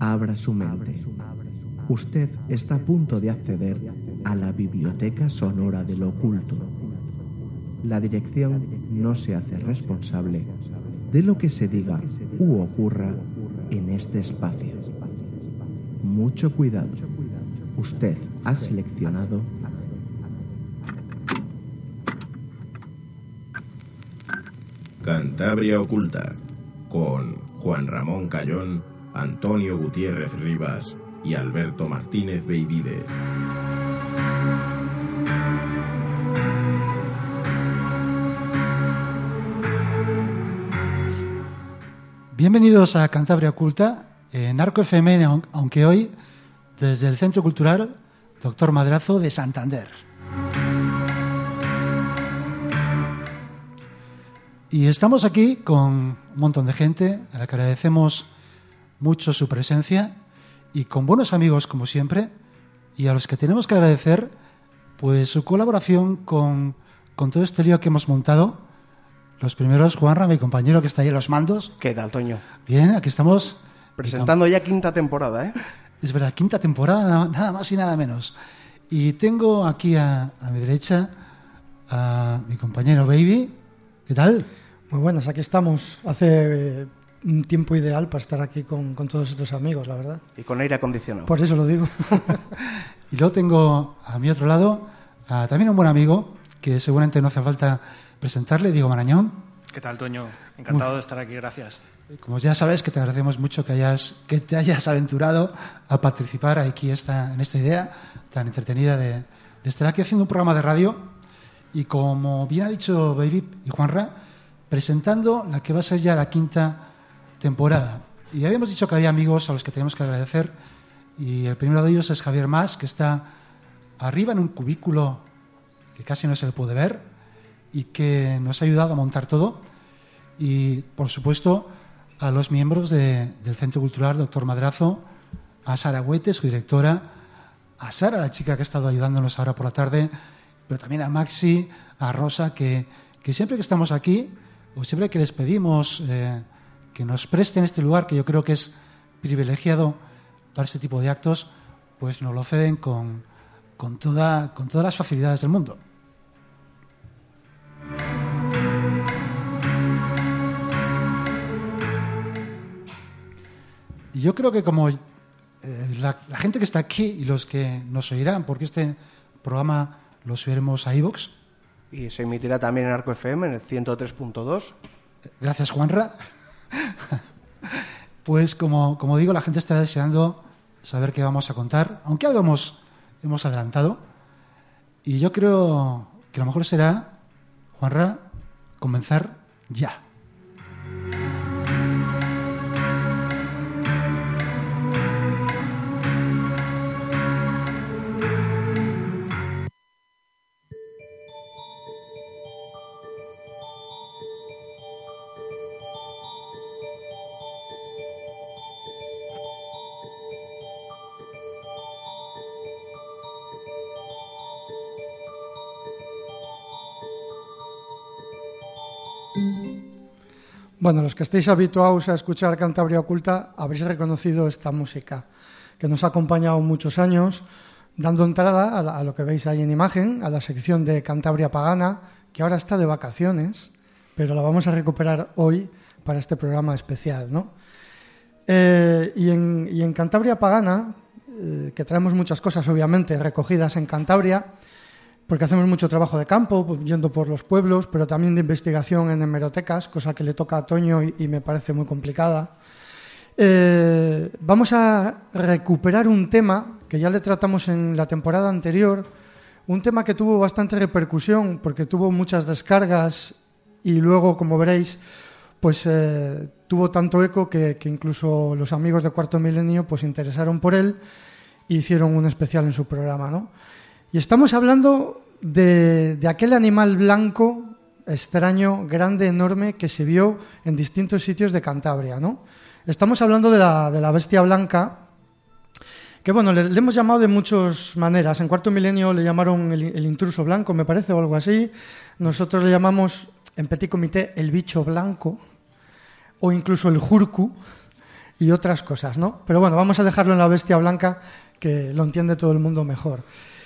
abra su mente. Usted está a punto de acceder a la biblioteca sonora de lo oculto. La dirección no se hace responsable de lo que se diga u ocurra en este espacio. Mucho cuidado. Usted ha seleccionado Cantabria Oculta, con Juan Ramón Cayón, Antonio Gutiérrez Rivas y Alberto Martínez Beivide. Bienvenidos a Cantabria Oculta, en Arco FM, aunque hoy desde el Centro Cultural Doctor Madrazo de Santander. Y estamos aquí con un montón de gente a la que agradecemos mucho su presencia y con buenos amigos como siempre, y a los que tenemos que agradecer pues su colaboración con todo este lío que hemos montado. Los primeros, Juanra, mi compañero que está ahí en los mandos. ¿Qué tal, Toño? Bien, aquí estamos. Presentando ya quinta temporada, ¿eh? Es verdad, quinta temporada, nada más y nada menos. Y tengo aquí a mi derecha a mi compañero Baby. ¿Qué tal? Muy buenas, aquí estamos. Hace un tiempo ideal para estar aquí con todos estos amigos, la verdad. Y con aire acondicionado. Por eso lo digo. Y luego tengo a mi otro lado también un buen amigo, que seguramente no hace falta presentarle, Diego Marañón. ¿Qué tal, Toño? Encantado de estar aquí, gracias. Como ya sabes, que te agradecemos mucho que te hayas aventurado a participar aquí en esta idea tan entretenida de estar aquí haciendo un programa de radio y, como bien ha dicho Baby y Juanra, presentando la que va a ser ya la quinta temporada. Y habíamos dicho que había amigos a los que tenemos que agradecer, y el primero de ellos es Javier Mas, que está arriba en un cubículo que casi no se le puede ver y que nos ha ayudado a montar todo. Y, por supuesto, a los miembros del Centro Cultural Doctor Madrazo, a Sara Huete, su directora, a Sara, la chica que ha estado ayudándonos ahora por la tarde, pero también a Maxi, a Rosa, que siempre que estamos aquí, o siempre que les pedimos que nos presten este lugar, que yo creo que es privilegiado para este tipo de actos, pues nos lo ceden con todas las facilidades del mundo. Y yo creo que como la gente que está aquí y los que nos oirán, porque este programa lo subiremos a iVoox. Y se emitirá también en Arco FM, en el 103.2. Gracias, Juanra. Pues como digo, la gente está deseando saber qué vamos a contar, aunque algo hemos adelantado. Y yo creo que lo mejor será, Juanra, comenzar ya. Bueno, los que estéis habituados a escuchar Cantabria Oculta habréis reconocido esta música que nos ha acompañado muchos años, dando entrada a lo que veis ahí en imagen, a la sección de Cantabria Pagana, que ahora está de vacaciones, pero la vamos a recuperar hoy para este programa especial, ¿no? Y en Cantabria Pagana, que traemos muchas cosas obviamente recogidas en Cantabria, porque hacemos mucho trabajo de campo, yendo por los pueblos, pero también de investigación en hemerotecas, cosa que le toca a Toño y me parece muy complicada. Vamos a recuperar un tema que ya le tratamos en la temporada anterior, un tema que tuvo bastante repercusión porque tuvo muchas descargas y luego, como veréis, pues tuvo tanto eco que incluso los amigos de Cuarto Milenio pues se interesaron por él e hicieron un especial en su programa, ¿no? Y estamos hablando de aquel animal blanco, extraño, grande, enorme, que se vio en distintos sitios de Cantabria, ¿no? Estamos hablando de la bestia blanca, que bueno, le hemos llamado de muchas maneras. En Cuarto Milenio le llamaron el intruso blanco, me parece, o algo así. Nosotros le llamamos, en Petit Comité, el bicho blanco, o incluso el jurku. y otras cosas, ¿no? Pero bueno, vamos a dejarlo en la bestia blanca, que lo entiende todo el mundo mejor.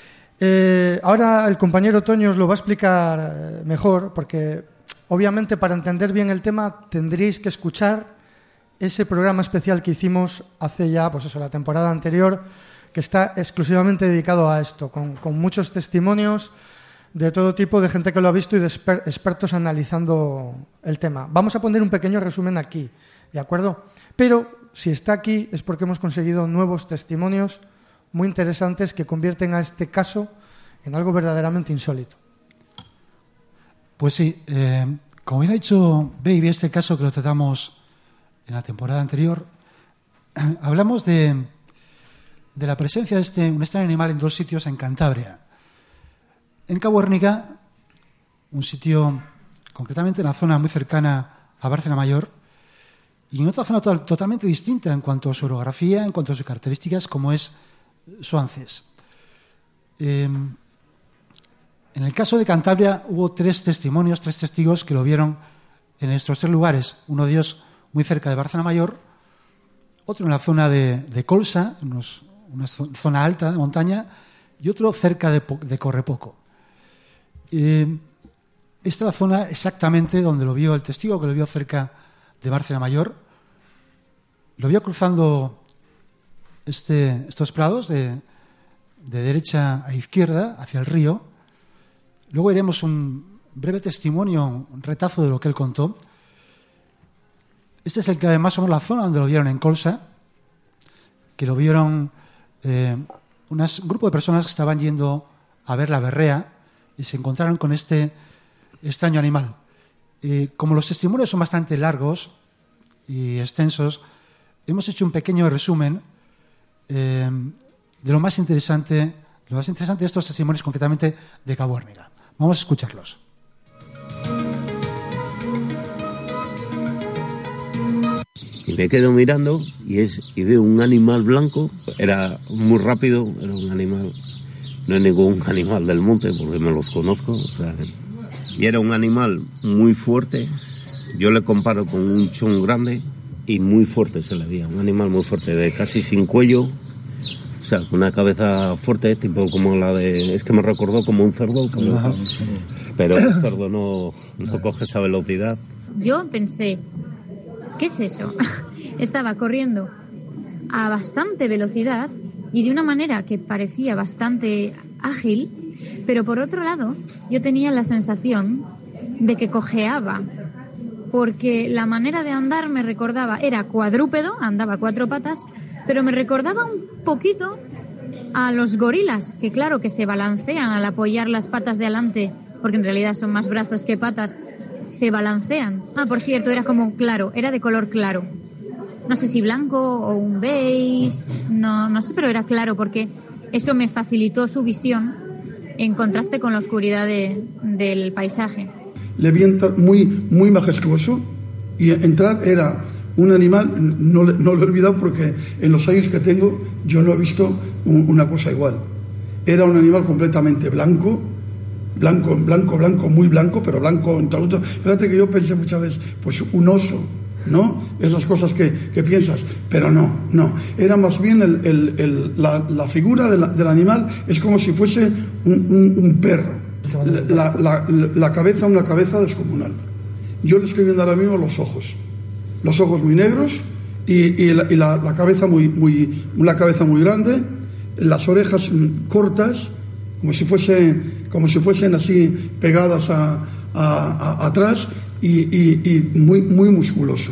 Ahora el compañero Toño os lo va a explicar mejor, porque obviamente para entender bien el tema tendréis que escuchar ese programa especial que hicimos hace ya, pues eso, la temporada anterior, que está exclusivamente dedicado a esto, con muchos testimonios de todo tipo, de gente que lo ha visto y de expertos analizando el tema. Vamos a poner un pequeño resumen aquí, ¿de acuerdo? Pero si está aquí es porque hemos conseguido nuevos testimonios muy interesantes que convierten a este caso en algo verdaderamente insólito. Pues sí, como bien ha dicho Baby, este caso que lo tratamos en la temporada anterior, hablamos de la presencia de un extraño animal en 2 sitios en Cantabria. En Cabuérniga, un sitio concretamente en la zona muy cercana a Bárcena Mayor, y en otra zona totalmente distinta en cuanto a su orografía, en cuanto a sus características, como es Suances. En el caso de Cantabria hubo 3 testimonios, 3 testigos que lo vieron en estos 3 lugares. Uno de ellos muy cerca de Bárcena Mayor, otro en la zona de Colsa, una zona alta de montaña, y otro cerca de Correpoco. Esta es la zona exactamente donde lo vio el testigo, que lo vio cerca de Bárcena Mayor. Lo vio cruzando estos prados de derecha a izquierda hacia el río. Luego iremos un breve testimonio, un retazo de lo que él contó. Este es el que más o menos la zona donde lo vieron en Colsa, que lo vieron un grupo de personas que estaban yendo a ver la berrea y se encontraron con este extraño animal. Como los testimonios son bastante largos y extensos, hemos hecho un pequeño resumen de lo más interesante de estos testimonios, concretamente de Cabuérniga. Vamos a escucharlos. Y me quedo mirando y veo un animal blanco. Era muy rápido, era un animal, no es ningún animal del monte porque me los conozco. O sea, y era un animal muy fuerte. Yo le comparo con un chón grande y muy fuerte se le veía. Un animal muy fuerte, de casi sin cuello. O sea, con una cabeza fuerte, tipo como la de... Es que me recordó como un cerdo. Pero el cerdo no coge esa velocidad. Yo pensé, ¿qué es eso? Estaba corriendo a bastante velocidad y de una manera que parecía bastante ágil, pero por otro lado yo tenía la sensación de que cojeaba, porque la manera de andar me recordaba, era cuadrúpedo, andaba a 4 patas, pero me recordaba un poquito a los gorilas, que claro que se balancean al apoyar las patas de adelante, porque en realidad son más brazos que patas, se balancean. Por cierto, era como claro, era de color claro. No sé si blanco o un beige, no sé, pero era claro porque eso me facilitó su visión en contraste con la oscuridad del paisaje. Le vi entrar muy majestuoso y entrar era un animal, no lo he olvidado porque en los años que tengo yo no he visto una cosa igual. Era un animal completamente blanco, muy blanco, pero blanco en todo. Fíjate que yo pensé muchas veces, pues un oso, ¿no? Esas cosas que piensas, pero no. Era más bien la figura del animal es como si fuese un perro. La cabeza, una cabeza descomunal. Yo le estoy viendo ahora mismo los ojos muy negros y la cabeza una cabeza muy grande, las orejas cortas, como si fuesen así pegadas atrás y muy musculoso.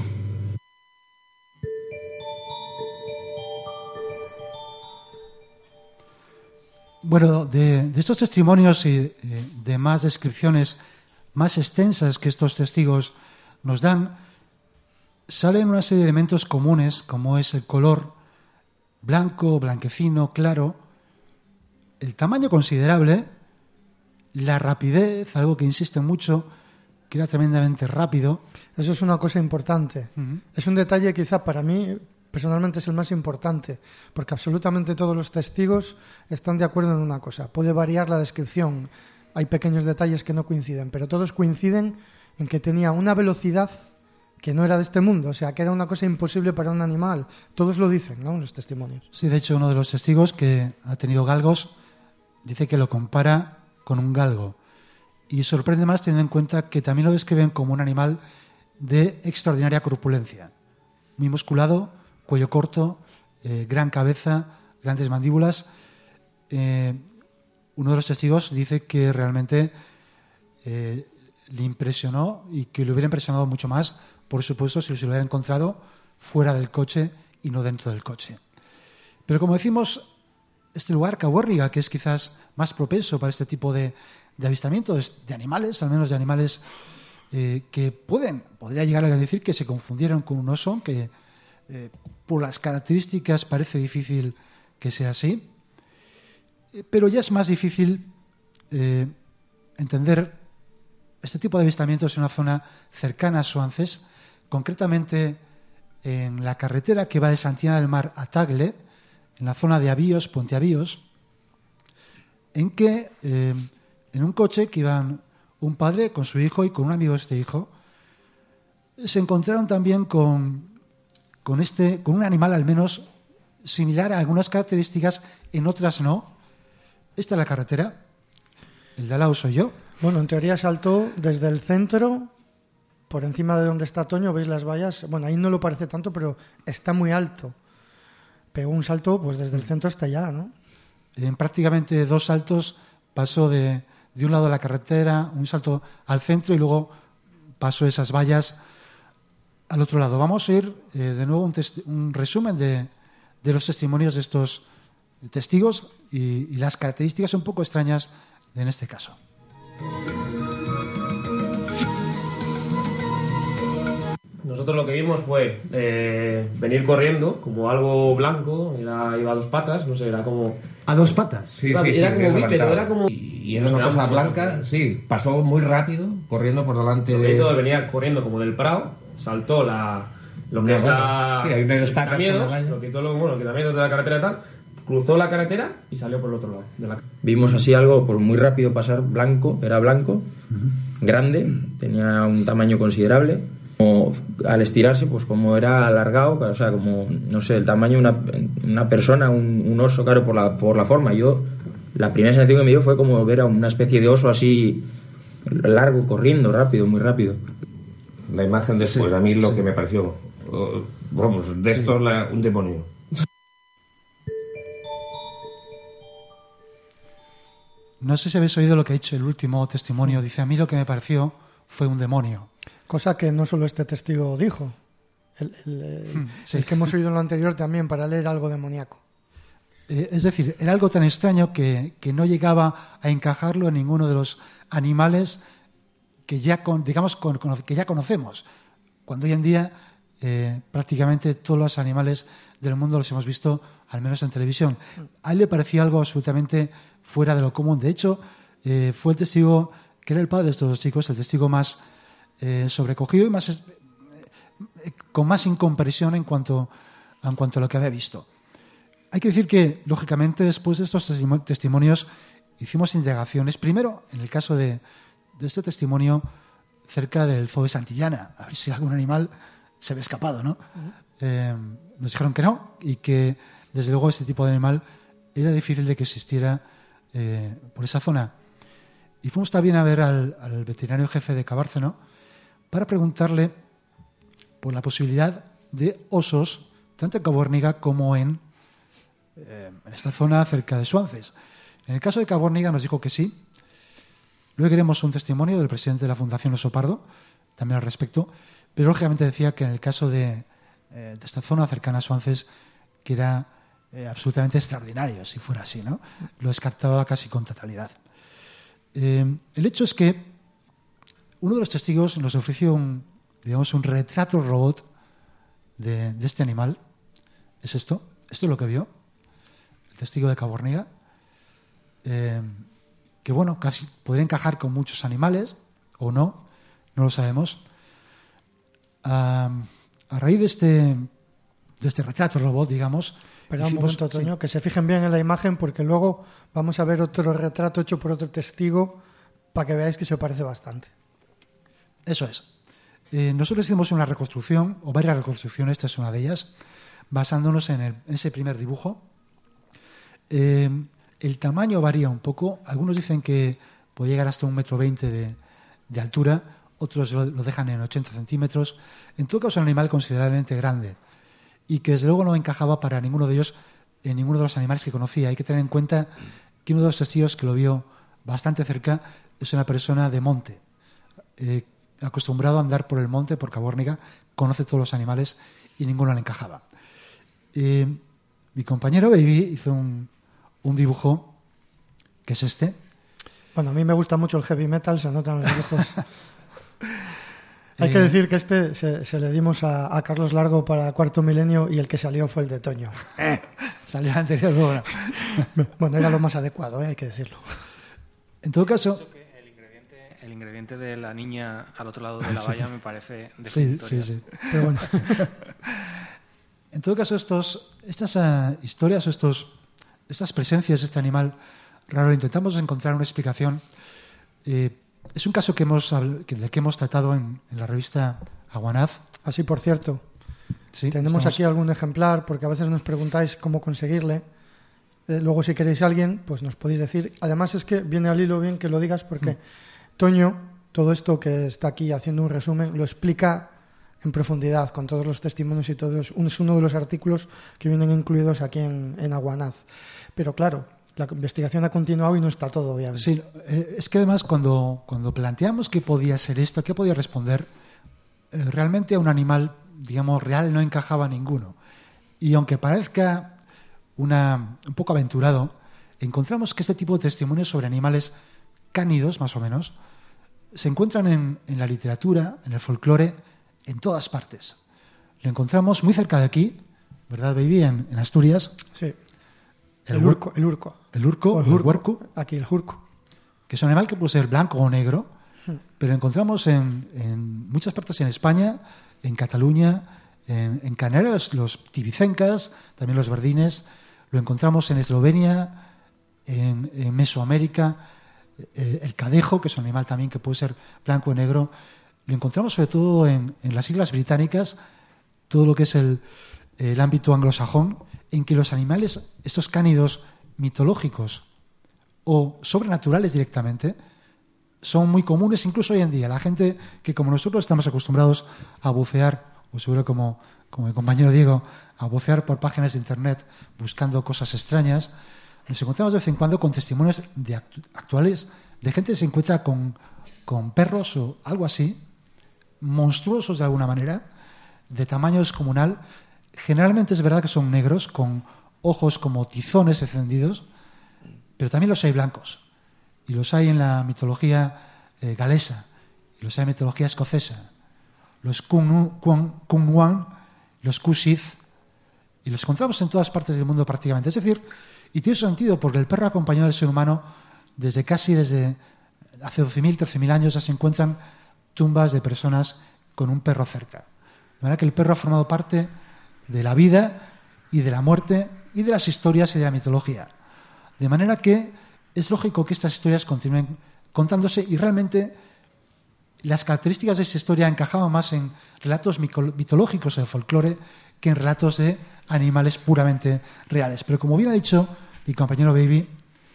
Bueno, de estos testimonios y de más descripciones más extensas que estos testigos nos dan, salen una serie de elementos comunes, como es el color blanco, blanquecino, claro, el tamaño considerable, la rapidez, algo que insiste mucho, que era tremendamente rápido. Eso es una cosa importante. Uh-huh. Es un detalle quizá para mí personalmente es el más importante, porque absolutamente todos los testigos están de acuerdo en una cosa. Puede variar la descripción, hay pequeños detalles que no coinciden, pero todos coinciden en que tenía una velocidad que no era de este mundo, o sea, que era una cosa imposible para un animal. Todos lo dicen, ¿no?, en los testimonios. Sí, de hecho, uno de los testigos que ha tenido galgos dice que lo compara con un galgo. Y sorprende más teniendo en cuenta que también lo describen como un animal de extraordinaria corpulencia. Muy musculado, cuello corto, gran cabeza, grandes mandíbulas. Uno de los testigos dice que realmente le impresionó y que le hubiera impresionado mucho más, por supuesto, si se lo hubiera encontrado fuera del coche y no dentro del coche. Pero como decimos, este lugar, Cabuérniga, que es quizás más propenso para este tipo de avistamientos de animales, al menos de animales que podría llegar a decir que se confundieron con un oso, que por las características parece difícil que sea así, pero ya es más difícil entender este tipo de avistamientos en una zona cercana a Suances, concretamente en la carretera que va de Santiana del Mar a Tagle, en la zona de Avíos, Puente Avíos, en que en un coche que iban un padre con su hijo y con un amigo de este hijo, se encontraron también con un animal al menos similar a algunas características, en otras no. Esta es la carretera, el de al lado soy yo. Bueno, en teoría saltó desde el centro, por encima de donde está Toño, veis las vallas, bueno, ahí no lo parece tanto, pero está muy alto. Pegó un salto pues desde el centro hasta allá, ¿no? En prácticamente 2 saltos pasó de un lado de la carretera, un salto al centro y luego pasó esas vallas al otro lado. Vamos a oír de nuevo un resumen de los testimonios de estos testigos y las características un poco extrañas en este caso. Nosotros lo que vimos fue venir corriendo como algo blanco, iba a 2 patas, no sé, era como... ¿A 2 patas? Sí, era como bípedo, era como... Y era una cosa blanca, sí, pasó muy rápido, corriendo por delante Venía corriendo como del Prado, saltó lo que es la... Sí, hay unas estacas lo quitó los quitamientos de la carretera y tal, cruzó la carretera y salió por el otro lado de la... Vimos así algo pues muy rápido pasar, blanco, era blanco, grande, tenía un tamaño considerable. Como, al estirarse, pues como era alargado, o sea, como, no sé, el tamaño de una persona, un oso, claro, por la forma. La primera sensación que me dio fue como ver a una especie de oso así largo, corriendo, rápido, muy rápido. La imagen después, a mí lo que me pareció, vamos, de esto es un demonio. No sé si habéis oído lo que ha dicho el último testimonio. Dice, a mí lo que me pareció fue un demonio. Cosa que no solo este testigo dijo. El que hemos oído en lo anterior también, para él era algo demoníaco. Es decir, era algo tan extraño que no llegaba a encajarlo en ninguno de los animales que ya, que ya conocemos. Cuando hoy en día prácticamente todos los animales del mundo los hemos visto, al menos en televisión. A él le parecía algo absolutamente fuera de lo común. De hecho, fue el testigo, que era el padre de estos 2 chicos, el testigo más sobrecogido y más con más incomprensión en cuanto a lo que había visto. Hay que decir que, lógicamente, después de estos testimonios hicimos indagaciones. Primero, en el caso de este testimonio cerca del Zoo de Santillana, a ver si algún animal se había escapado, ¿no? Nos dijeron que no y que, desde luego, este tipo de animal era difícil de que existiera por esa zona. Y fuimos también a ver al veterinario jefe de Cabárceno para preguntarle por la posibilidad de osos, tanto en Cabuérniga como en esta zona cerca de Suances. En el caso de Cabuérniga nos dijo que sí. Luego queremos un testimonio del presidente de la Fundación Oso Pardo, también al respecto, pero lógicamente decía que en el caso de esta zona cercana a Suances, que era absolutamente extraordinario, si fuera así, ¿no? Lo descartaba casi con totalidad. El hecho es que uno de los testigos nos ofreció un retrato robot de este animal. ¿Es esto? ¿Esto es lo que vio el testigo de Cabuérniga? Que bueno, casi podría encajar con muchos animales, o no lo sabemos. A raíz de este retrato robot, digamos... Espera un momento, Toño, que se fijen bien en la imagen, porque luego vamos a ver otro retrato hecho por otro testigo para que veáis que se parece bastante. Eso es. Nosotros hicimos una reconstrucción, o varias reconstrucciones, esta es una de ellas, basándonos en ese primer dibujo. El tamaño varía un poco. Algunos dicen que puede llegar hasta 1,20 m de altura, otros lo dejan en 80 centímetros. En todo caso, es un animal considerablemente grande y que desde luego no encajaba para ninguno de ellos en ninguno de los animales que conocía. Hay que tener en cuenta que uno de los testigos que lo vio bastante cerca es una persona de monte, acostumbrado a andar por el monte, por Cabuérniga, conoce todos los animales y ninguno le encajaba. Mi compañero Baby hizo un dibujo que es este. Bueno, a mí me gusta mucho el heavy metal, se notan los dibujos. Hay que decir que este se le dimos a Carlos Largo para Cuarto Milenio y el que salió fue el de Toño. Salió el anterior. Bueno, era lo más adecuado, hay que decirlo. En todo caso... El ingrediente de la niña al otro lado de la valla me parece definitorio. Sí. Pero bueno. En todo caso, estas historias o estas presencias de este animal raro, intentamos encontrar una explicación. Es un caso del que hemos tratado en la revista Aguanaz. Así, por cierto. Sí, tenemos aquí algún ejemplar, porque a veces nos preguntáis cómo conseguirle. Luego, si queréis a alguien, pues nos podéis decir. Además, es que viene al hilo bien que lo digas, porque Toño, todo esto que está aquí haciendo un resumen, lo explica en profundidad, con todos los testimonios y todo. Es uno de los artículos que vienen incluidos aquí en Aguanaz. Pero claro, la investigación ha continuado y no está todo, obviamente. Sí, es que además cuando planteamos qué podía ser esto, qué podía responder, realmente a un animal, digamos, real no encajaba ninguno. Y aunque parezca un poco aventurado, encontramos que este tipo de testimonios sobre animales cánidos, más o menos, se encuentran en la literatura, en el folclore, en todas partes. Lo encontramos muy cerca de aquí, ¿verdad, Baby? En Asturias. Sí. El urco. El huerco. Aquí, el jurco. Que es un animal que puede ser blanco o negro, pero encontramos en muchas partes en España, en Cataluña, en Canarias, los tibicencas, también los verdines. Lo encontramos en Eslovenia, en Mesoamérica, el cadejo, que es un animal también que puede ser blanco o negro. Lo encontramos sobre todo en las Islas Británicas, todo lo que es el ámbito anglosajón, en que los animales, estos cánidos mitológicos o sobrenaturales directamente, son muy comunes incluso hoy en día. La gente que, como nosotros, estamos acostumbrados a bucear, o seguro como mi compañero Diego, a bucear por páginas de internet buscando cosas extrañas, nos encontramos de vez en cuando con testimonios actuales de gente que se encuentra con perros o algo así, monstruosos de alguna manera, de tamaño descomunal. Generalmente es verdad que son negros, con ojos como tizones encendidos, pero también los hay blancos. Y los hay en la mitología galesa, y los hay en la mitología escocesa. Los Cumwan, los Kushith, y los encontramos en todas partes del mundo prácticamente. Es decir, y tiene sentido porque el perro ha acompañado al ser humano desde hace 12.000, 13.000 años. Ya se encuentran tumbas de personas con un perro cerca. De manera que el perro ha formado parte de la vida y de la muerte y de las historias y de la mitología. De manera que es lógico que estas historias continúen contándose y realmente las características de esa historia encajaban más en relatos mitológicos o de folclore que en relatos de animales puramente reales. Pero como bien ha dicho mi compañero Baby,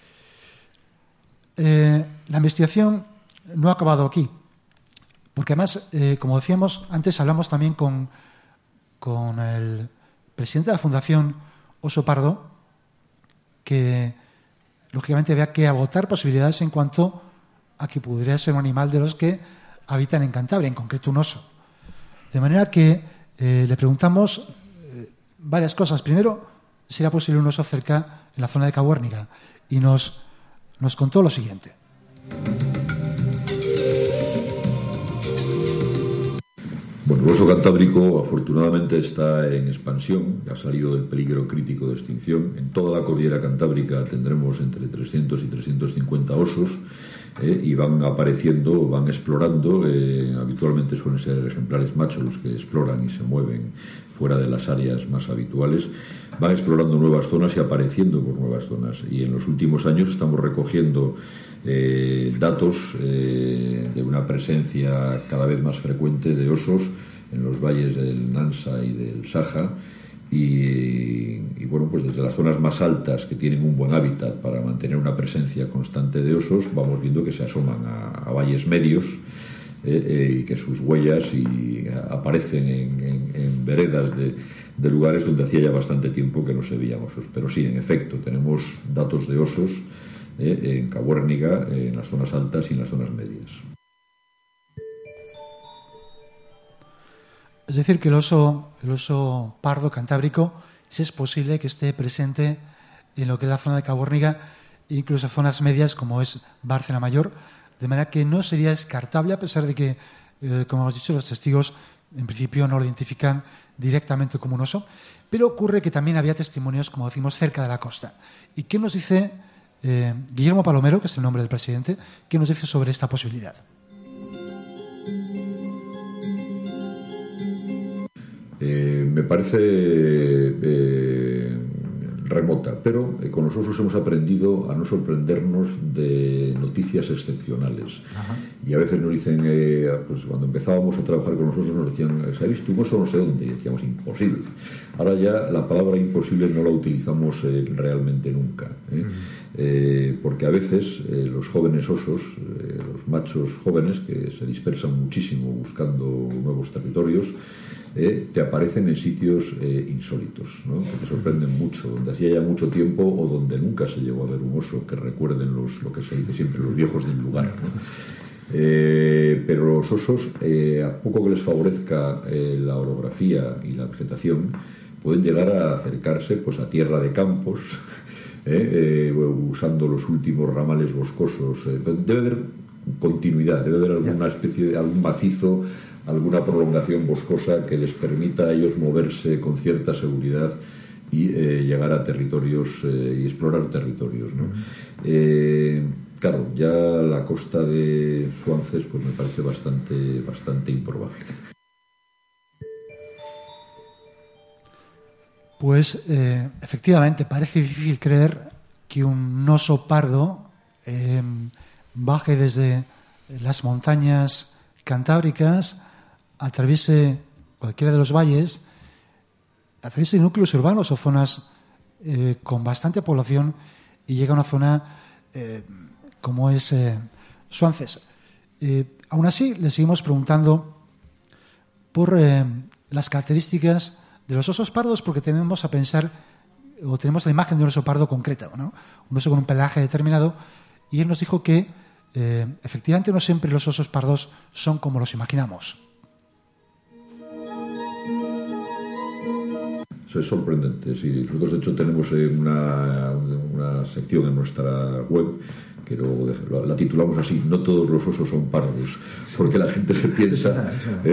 la investigación no ha acabado aquí. Porque además, como decíamos antes, hablamos también con el presidente de la Fundación Oso Pardo, que lógicamente había que agotar posibilidades en cuanto a que pudiera ser un animal de los que habitan en Cantabria, en concreto un oso. De manera que le preguntamos varias cosas. Primero, si era posible un oso cerca en la zona de Cabuérniga, y nos contó lo siguiente. Bueno, el oso cantábrico afortunadamente está en expansión, ha salido del peligro crítico de extinción. En toda la cordillera cantábrica tendremos entre 300 y 350 osos y van apareciendo, van explorando. Habitualmente suelen ser ejemplares machos los que exploran y se mueven fuera de las áreas más habituales. Van explorando nuevas zonas y apareciendo por nuevas zonas. Y en los últimos años estamos recogiendo datos de una presencia cada vez más frecuente de osos en los valles del Nansa y del Saja. Y bueno, pues desde las zonas más altas, que tienen un buen hábitat para mantener una presencia constante de osos, vamos viendo que se asoman a valles medios y que sus huellas aparecen en veredas de lugares donde hacía ya bastante tiempo que no se veían osos. Pero sí, en efecto, tenemos datos de osos en Cabuérniga, en las zonas altas y en las zonas medias. Es decir, que el oso pardo cantábrico sí es posible que esté presente en lo que es la zona de Cabuérniga, incluso zonas medias como es Bárcena Mayor, de manera que no sería descartable, a pesar de que, como hemos dicho, los testigos en principio no lo identifican directamente como un oso, pero ocurre que también había testimonios, como decimos, cerca de la costa. ¿Y qué nos dice Guillermo Palomero, que es el nombre del presidente, qué nos dice sobre esta posibilidad? Me parece remota, pero con los osos hemos aprendido a no sorprendernos de noticias excepcionales. Ajá. Y a veces nos dicen, pues cuando empezábamos a trabajar con los osos nos decían, ¿se ha visto un oso no sé dónde? Y decíamos, imposible. Ahora ya la palabra imposible no la utilizamos realmente nunca, porque a veces los jóvenes osos, los machos jóvenes que se dispersan muchísimo buscando nuevos territorios, te aparecen en sitios insólitos, ¿no? Que te sorprenden mucho, donde hacía ya mucho tiempo o donde nunca se llegó a ver un oso, que recuerden lo que se dice siempre, los viejos del lugar, ¿no? Pero los osos, a poco que les favorezca la orografía y la vegetación, pueden llegar a acercarse pues a tierra de campos, usando los últimos ramales boscosos. Debe haber continuidad, debe haber alguna especie de algún macizo, alguna prolongación boscosa que les permita a ellos moverse con cierta seguridad y llegar a territorios y explorar territorios, ¿no? Claro, ya la costa de Suances pues me parece bastante improbable. Pues efectivamente parece difícil creer que un oso pardo baje desde las montañas cantábricas, atraviese cualquiera de los valles, atraviese núcleos urbanos o zonas con bastante población y llega a una zona como es Suances. Aún así, le seguimos preguntando por las características de los osos pardos, porque tenemos a pensar, o tenemos la imagen de un oso pardo concreta, ¿no? Un oso con un pelaje determinado, y él nos dijo que efectivamente no siempre los osos pardos son como los imaginamos. Eso es sorprendente, sí. Nosotros, de hecho, tenemos una sección en nuestra web que la titulamos así: no todos los osos son pardos, porque la gente se piensa,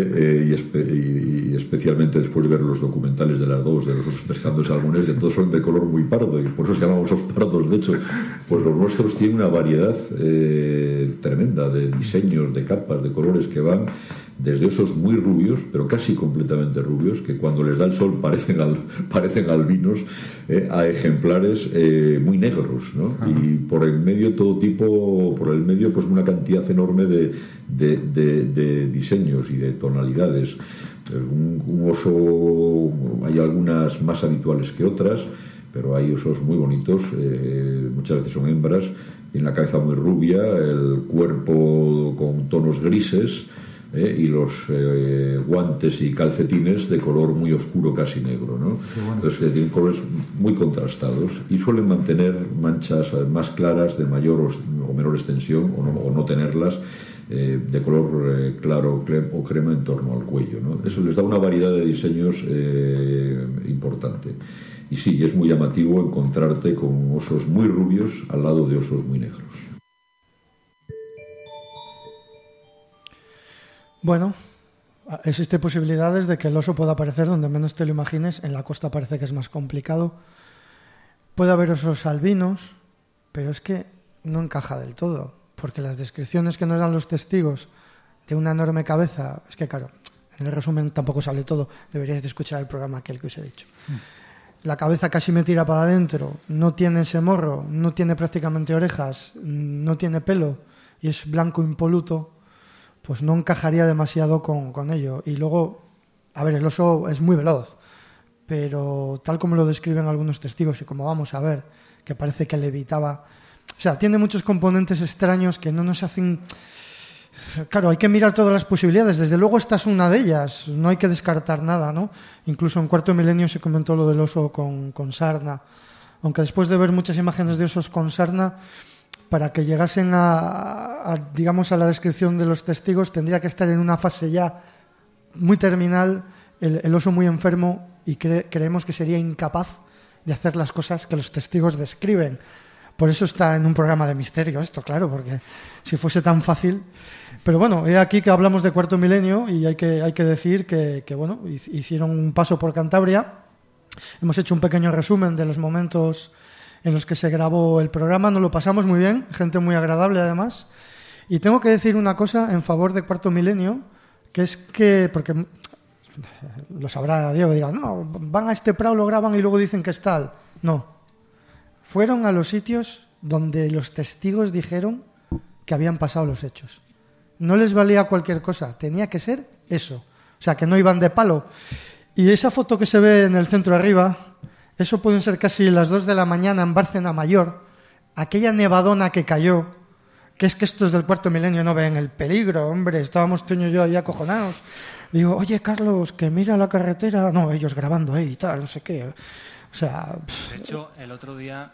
y especialmente después de ver los documentales de las dos, de los osos pescando salmones, que todos son de color muy pardo, y por eso se llaman osos pardos. De hecho, pues los nuestros tienen una variedad tremenda de diseños, de capas, de colores, que van desde osos muy rubios, pero casi completamente rubios, que cuando les da el sol parecen albinos, a ejemplares muy negros, ¿no? Y por el medio todo tipo, pues una cantidad enorme de diseños y de tonalidades. Un oso, hay algunas más habituales que otras, pero hay osos muy bonitos, muchas veces son hembras, en la cabeza muy rubia, el cuerpo con tonos grises, y los guantes y calcetines de color muy oscuro, casi negro, ¿no? Bueno. Entonces tienen colores muy contrastados y suelen mantener manchas más claras de mayor o menor extensión, o no tenerlas, de color claro o crema en torno al cuello, ¿no? Eso les da una variedad de diseños importante. Y sí, es muy llamativo encontrarte con osos muy rubios al lado de osos muy negros. Bueno, existen posibilidades de que el oso pueda aparecer donde menos te lo imagines. En la costa parece que es más complicado. Puede haber osos albinos, pero es que no encaja del todo, porque las descripciones que nos dan los testigos de una enorme cabeza, es que claro, en el resumen tampoco sale todo, deberíais de escuchar el programa aquel que os he dicho. La cabeza casi me tira para adentro, no tiene ese morro, no tiene prácticamente orejas, no tiene pelo y es blanco impoluto, pues no encajaría demasiado con ello. Y luego, a ver, el oso es muy veloz, pero tal como lo describen algunos testigos y como vamos a ver, que parece que levitaba, o sea, tiene muchos componentes extraños que no nos hacen... Claro, hay que mirar todas las posibilidades. Desde luego esta es una de ellas. No hay que descartar nada, ¿no? Incluso en Cuarto Milenio se comentó lo del oso con sarna. Aunque después de ver muchas imágenes de osos con sarna, para que llegasen digamos, a la descripción de los testigos, tendría que estar en una fase ya muy terminal, el oso muy enfermo, y creemos que sería incapaz de hacer las cosas que los testigos describen. Por eso está en un programa de misterio esto, claro, porque si fuese tan fácil... Pero bueno, he aquí que hablamos de Cuarto Milenio y hay que decir que bueno, hicieron un paso por Cantabria. Hemos hecho un pequeño resumen de los momentos en los que se grabó el programa. Nos lo pasamos muy bien, gente muy agradable además. Y tengo que decir una cosa en favor de Cuarto Milenio, que es que, porque lo sabrá Diego, dirá, no, van a este prado, lo graban y luego dicen que es tal. No. Fueron a los sitios donde los testigos dijeron que habían pasado los hechos. No les valía cualquier cosa, tenía que ser eso. O sea, que no iban de palo. Y esa foto que se ve en el centro arriba, eso pueden ser casi las 2 de la mañana en Bárcena Mayor, aquella nevadona que cayó, que es que estos del Cuarto Milenio no ven el peligro, hombre, estábamos Toño y yo ahí acojonados. Digo, oye, Carlos, que mira la carretera. No, ellos grabando ahí y tal, no sé qué. O sea... De hecho, el otro día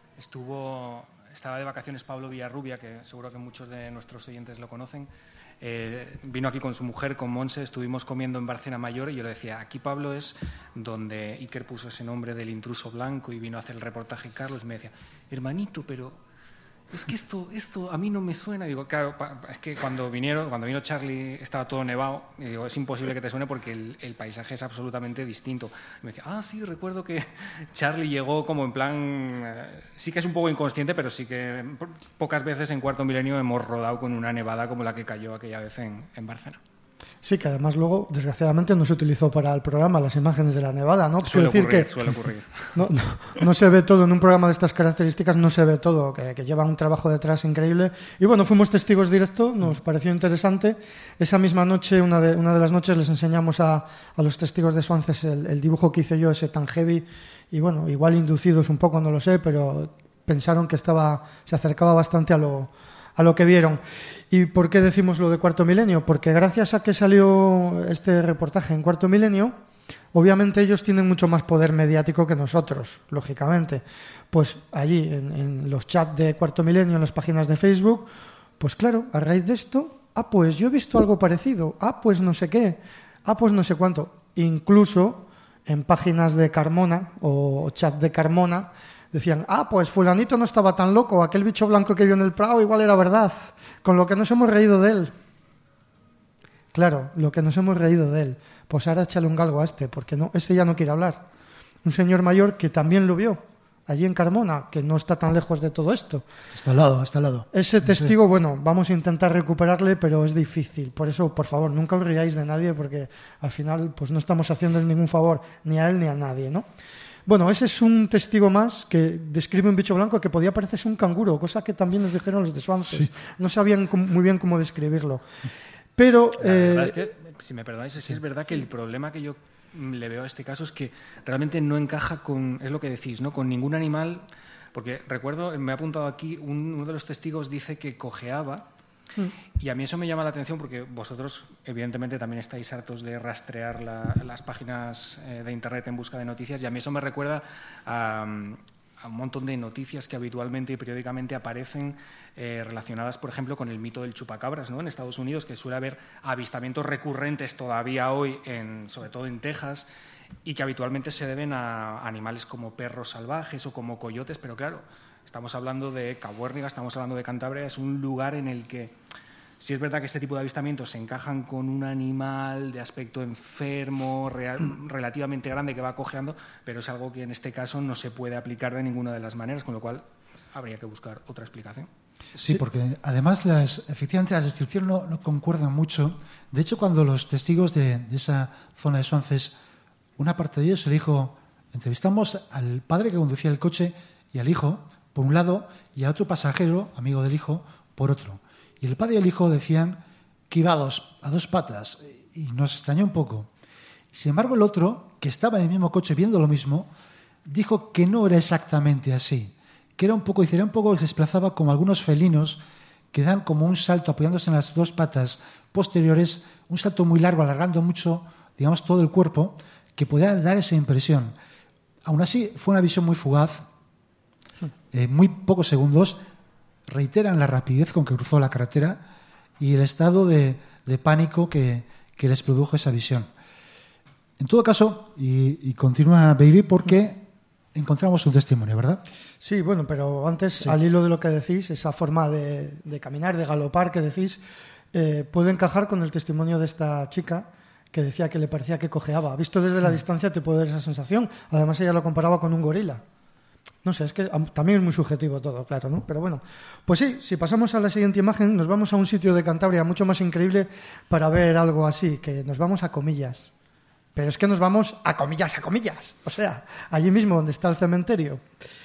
estaba de vacaciones Pablo Villarrubia, que seguro que muchos de nuestros oyentes lo conocen. Vino aquí con su mujer, con Monse, estuvimos comiendo en Bárcena Mayor y yo le decía, aquí Pablo es donde Iker puso ese nombre del intruso blanco y vino a hacer el reportaje Carlos. Me decía, hermanito, pero es que esto a mí no me suena. Digo, claro, es que cuando vino Charlie estaba todo nevado y digo, es imposible que te suene porque el paisaje es absolutamente distinto. Y me decía, sí, recuerdo que Charlie llegó como en plan, sí que es un poco inconsciente, pero sí que pocas veces en Cuarto Milenio hemos rodado con una nevada como la que cayó aquella vez en Bárcena. Sí, que además luego, desgraciadamente, no se utilizó para el programa las imágenes de la nevada, ¿no? Suele ocurrir. No se ve todo en un programa de estas características, no se ve todo, que lleva un trabajo detrás increíble. Y bueno, fuimos testigos directos, nos pareció interesante. Esa misma noche, una de las noches, les enseñamos a los testigos de Suances el dibujo que hice yo, ese tan heavy. Y bueno, igual inducidos un poco, no lo sé, pero pensaron que se acercaba bastante a lo que vieron. ¿Y por qué decimos lo de Cuarto Milenio? Porque gracias a que salió este reportaje en Cuarto Milenio, obviamente ellos tienen mucho más poder mediático que nosotros, lógicamente. Pues allí, en los chats de Cuarto Milenio, en las páginas de Facebook, pues claro, a raíz de esto, pues yo he visto algo parecido, pues no sé qué, pues no sé cuánto. Incluso en páginas de Carmona o chat de Carmona, decían, pues fulanito no estaba tan loco, aquel bicho blanco que vio en el prado igual era verdad, con lo que nos hemos reído de él. Claro, lo que nos hemos reído de él. Pues ahora échale un galgo a porque no, ya no quiere hablar. Un señor mayor que también lo vio, allí en Carmona, que no está tan lejos de todo esto. Está al lado. Ese testigo, bueno, vamos a intentar recuperarle, pero es difícil. Por eso, por favor, nunca os riáis de nadie, porque al final pues no estamos haciendo ningún favor ni a él ni a nadie, ¿no? Bueno, ese es un testigo más que describe un bicho blanco que podía parecerse un canguro, cosa que también nos dijeron los de Suances. Sí. No sabían muy bien cómo describirlo. Pero... La verdad es que, si me perdonáis, es verdad que el problema que yo le veo a este caso es que realmente no encaja con, es lo que decís, ¿no? Con ningún animal, porque recuerdo, me he apuntado aquí, uno de los testigos dice que cojeaba. Y a mí eso me llama la atención porque vosotros evidentemente también estáis hartos de rastrear las páginas de internet en busca de noticias y a mí eso me recuerda a un montón de noticias que habitualmente y periódicamente aparecen relacionadas, por ejemplo, con el mito del chupacabras, ¿no? En Estados Unidos, que suele haber avistamientos recurrentes todavía hoy, sobre todo en Texas, y que habitualmente se deben a animales como perros salvajes o como coyotes, pero claro, estamos hablando de Cabuérniga, estamos hablando de Cantabria, es un lugar en el que sí es verdad que este tipo de avistamientos se encajan con un animal de aspecto enfermo, relativamente grande que va cojeando, pero es algo que en este caso no se puede aplicar de ninguna de las maneras, con lo cual habría que buscar otra explicación. Sí, porque además efectivamente las descripciones no concuerdan mucho. De hecho, cuando los testigos de esa zona de Suances, una parte de ellos, el hijo, entrevistamos al padre que conducía el coche y al hijo, por un lado, y al otro pasajero, amigo del hijo, por otro. Y el padre y el hijo decían que iba a dos patas, y nos extrañó un poco. Sin embargo, el otro, que estaba en el mismo coche viendo lo mismo, dijo que no era exactamente así, que era un poco, se desplazaba como algunos felinos que dan como un salto apoyándose en las dos patas posteriores, un salto muy largo, alargando mucho, digamos, todo el cuerpo, que podía dar esa impresión. Aún así, fue una visión muy fugaz, muy pocos segundos, reiteran la rapidez con que cruzó la carretera y el estado de pánico que les produjo esa visión. En todo caso, y continúa Baby, porque encontramos un testimonio, ¿verdad? Sí, bueno, pero antes, sí, al hilo de lo que decís, esa forma de caminar, de galopar que decís, puede encajar con el testimonio de esta chica que decía que le parecía que cojeaba. Visto desde la distancia te puede dar esa sensación. Además, ella lo comparaba con un gorila. No sé, es que también es muy subjetivo todo, claro, ¿no? Pero bueno, pues sí, si pasamos a la siguiente imagen, nos vamos a un sitio de Cantabria mucho más increíble para ver algo así, que nos vamos a Comillas. Pero es que nos vamos a Comillas, o sea, allí mismo donde está el cementerio.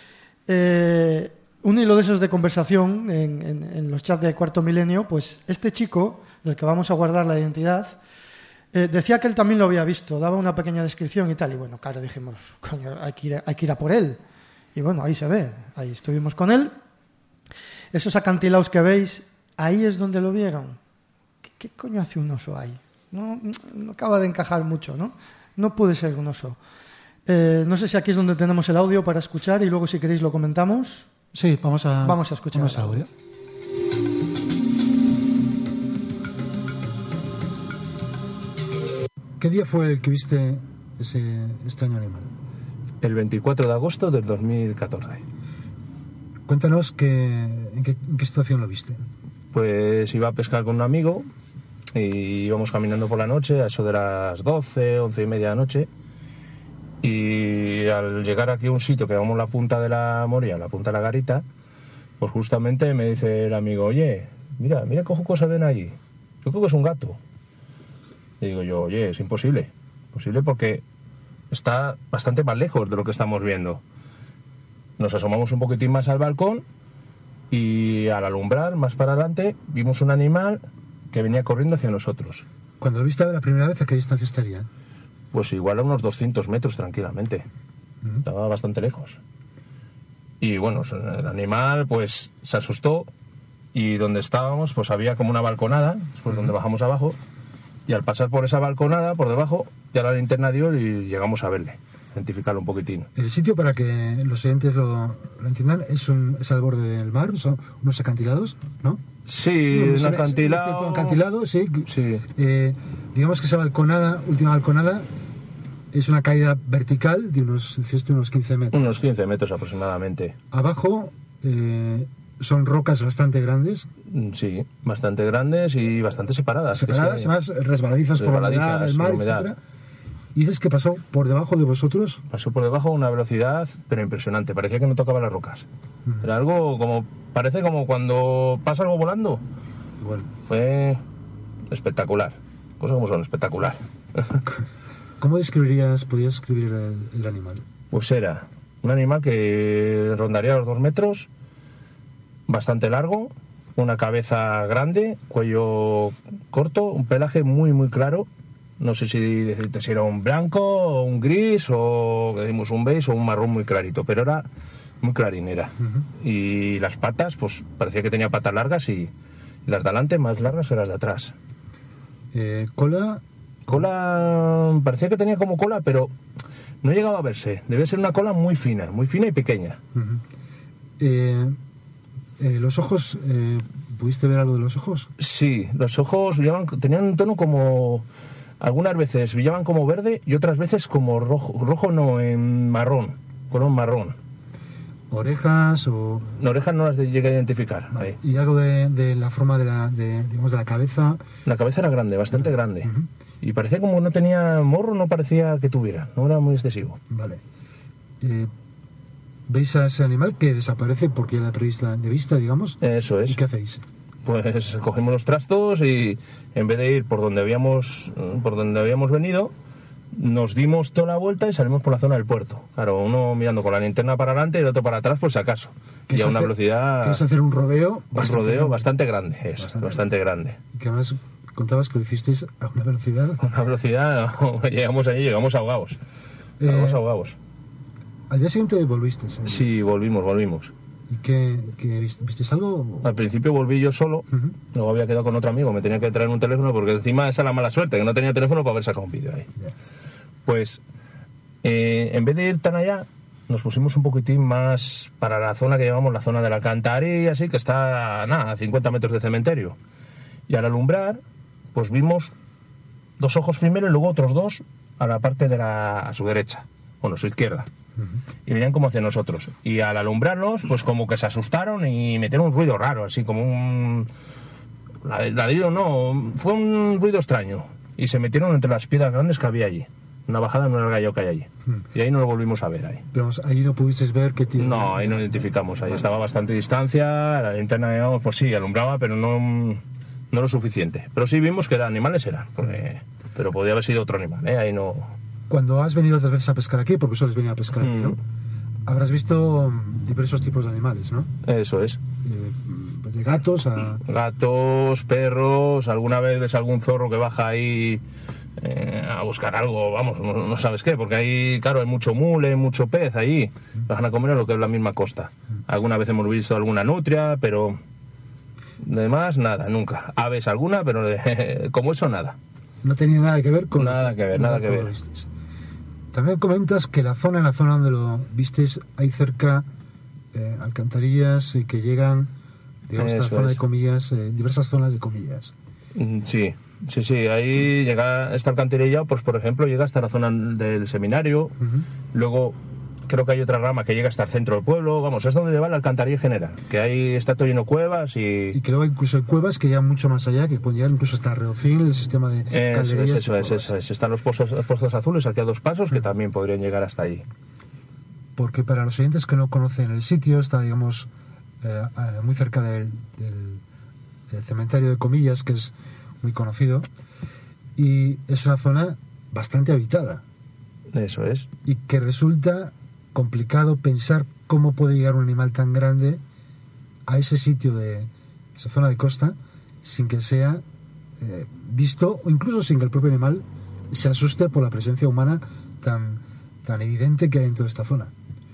Un hilo de esos de conversación en los chats de Cuarto Milenio, pues este chico, del que vamos a guardar la identidad, decía que él también lo había visto, daba una pequeña descripción y tal, y bueno, claro, dijimos, coño, hay que ir a por él. Y bueno, ahí se ve, ahí estuvimos con él. Esos acantilados que veis, ahí es donde lo vieron. ¿Qué coño hace un oso ahí? No acaba de encajar mucho, ¿no? No puede ser un oso. No sé si aquí es donde tenemos el audio para escuchar y luego si queréis lo comentamos. Sí, vamos a escuchar el audio. ¿Qué día fue el que viste ese extraño animal? El 24 de agosto del 2014. Cuéntanos en qué situación lo viste. Pues iba a pescar con un amigo y íbamos caminando por la noche, a eso de las 12, 11 y media de la noche, y al llegar aquí a un sitio que llamamos la Punta de la Moria, la Punta de la Garita, pues justamente me dice el amigo, oye, mira qué ojos se ven ahí, yo creo que es un gato. Y digo yo, oye, es imposible porque está bastante más lejos de lo que estamos viendo. Nos asomamos un poquitín más al balcón y al alumbrar más para adelante vimos un animal que venía corriendo hacia nosotros. Cuando lo viste la primera vez, ¿a qué distancia estaría? Pues igual a unos 200 metros tranquilamente. Estaba bastante lejos. Y bueno, el animal pues se asustó y donde estábamos pues había como una balconada, después donde bajamos abajo, y al pasar por esa balconada, por debajo, ya la linterna dio y llegamos a verle, identificarlo un poquitín. El sitio, para que los oyentes lo entiendan, es al borde del mar, son unos acantilados, ¿no? Sí, un acantilado. Un acantilado, sí. Digamos que esa balconada, última balconada, es una caída vertical de unos 15 metros. Unos 15 metros aproximadamente. Abajo son rocas bastante grandes. Sí, bastante grandes y bastante separadas. Además resbaladizas por la humedad del mar, etcétera. ¿Y dices que pasó por debajo de vosotros? Pasó por debajo a una velocidad, pero impresionante. Parecía que no tocaba las rocas. Era algo como... Parece como cuando pasa algo volando. Igual. Fue espectacular. Cosas como son, espectacular. ¿Cómo podías describir el animal? Pues era un animal que rondaría los 2 metros, bastante largo, una cabeza grande, cuello corto, un pelaje muy, muy claro. No sé si decirte si era un blanco o un gris o decimos un beige o un marrón muy clarito, pero era muy clarinera. Y las patas, pues parecía que tenía patas largas y las de adelante más largas que las de atrás. ¿Cola? Cola, parecía que tenía como cola, pero no llegaba a verse. Debe ser una cola muy fina y pequeña. ¿Los ojos, pudiste ver algo de los ojos? Sí, los ojos tenían un tono como... Algunas veces brillaban como verde y otras veces como rojo no, en marrón, color marrón. ¿Orejas o...? No, orejas no las llegué a identificar. Ahí. ¿Y algo de la forma de la cabeza? La cabeza era grande, bastante grande. Y parecía como no tenía morro, no parecía que tuviera, no era muy excesivo. Vale. veis a ese animal que desaparece porque ya la perdéis de vista, digamos. Eso es. ¿Y qué hacéis? Pues cogimos los trastos y en vez de ir por donde habíamos venido, nos dimos toda la vuelta y salimos por la zona del puerto. Claro, uno mirando con la linterna para adelante y el otro para atrás por si acaso. Y a una velocidad... Que es hacer un rodeo bastante grande. Bastante grande. Y que además contabas que lo hicisteis a una velocidad... A una velocidad... llegamos allí, llegamos ahogados. ¿Al día siguiente volviste? Sí, volvimos. ¿Y qué visteis algo? Al principio volví yo solo, luego había quedado con otro amigo, me tenía que traer un teléfono porque encima esa es la mala suerte, que no tenía teléfono para haber sacado un vídeo ahí. Yeah. Pues en vez de ir tan allá, nos pusimos un poquitín más para la zona que llamamos la zona de la Alcantarilla, así que está a 50 metros de cementerio. Y al alumbrar, pues vimos 2 ojos primero y luego otros 2 a la parte a su derecha, bueno, a su izquierda. Y venían como hacia nosotros. Y al alumbrarnos, pues como que se asustaron y metieron un ruido raro, así como un... ladrido no, fue un ruido extraño. Y se metieron entre las piedras grandes que había allí. Una bajada en un gallo que hay allí. Y ahí no lo volvimos a ver ahí. Pero ahí no pudisteis ver qué tipo... No, ahí no identificamos. Ahí estaba a bastante distancia, la linterna, digamos, pues sí, alumbraba, pero no lo suficiente. Pero sí vimos que animales eran. Pero podía haber sido otro animal, Ahí no... Cuando has venido otras veces a pescar aquí, porque sueles venir a pescar aquí, ¿no? Habrás visto diversos tipos de animales, ¿no? Eso es. De gatos a... Gatos, perros, alguna vez ves algún zorro que baja ahí a buscar algo, vamos, no sabes qué, porque ahí, claro, hay mucho mule, mucho pez ahí, bajan a comer a lo que es la misma costa. Alguna vez hemos visto alguna nutria, pero demás, nada, nunca. Aves alguna, pero como eso, nada. No tenía nada que ver con... Nada que ver. También comentas que en la zona donde lo visteis hay cerca alcantarillas que llegan, digamos, a la zona de comillas, diversas zonas de comillas. Sí, ahí llega esta alcantarilla, pues por ejemplo llega hasta la zona del seminario, luego creo que hay otra rama que llega hasta el centro del pueblo, vamos, es donde va la alcantarilla general, que ahí está todo lleno de cuevas y que luego incluso hay cuevas que llegan mucho más allá, que pueden llegar incluso hasta Reocín, el sistema de calderías. Eso es. Están los pozos azules aquí a 2 pasos que también podrían llegar hasta allí. Porque para los oyentes que no conocen el sitio, está, digamos, muy cerca del cementerio de Comillas, que es muy conocido, y es una zona bastante habitada. Eso es. Y que resulta complicado pensar cómo puede llegar un animal tan grande a ese sitio de esa zona de costa sin que sea visto, o incluso sin que el propio animal se asuste por la presencia humana tan evidente que hay en toda esta zona.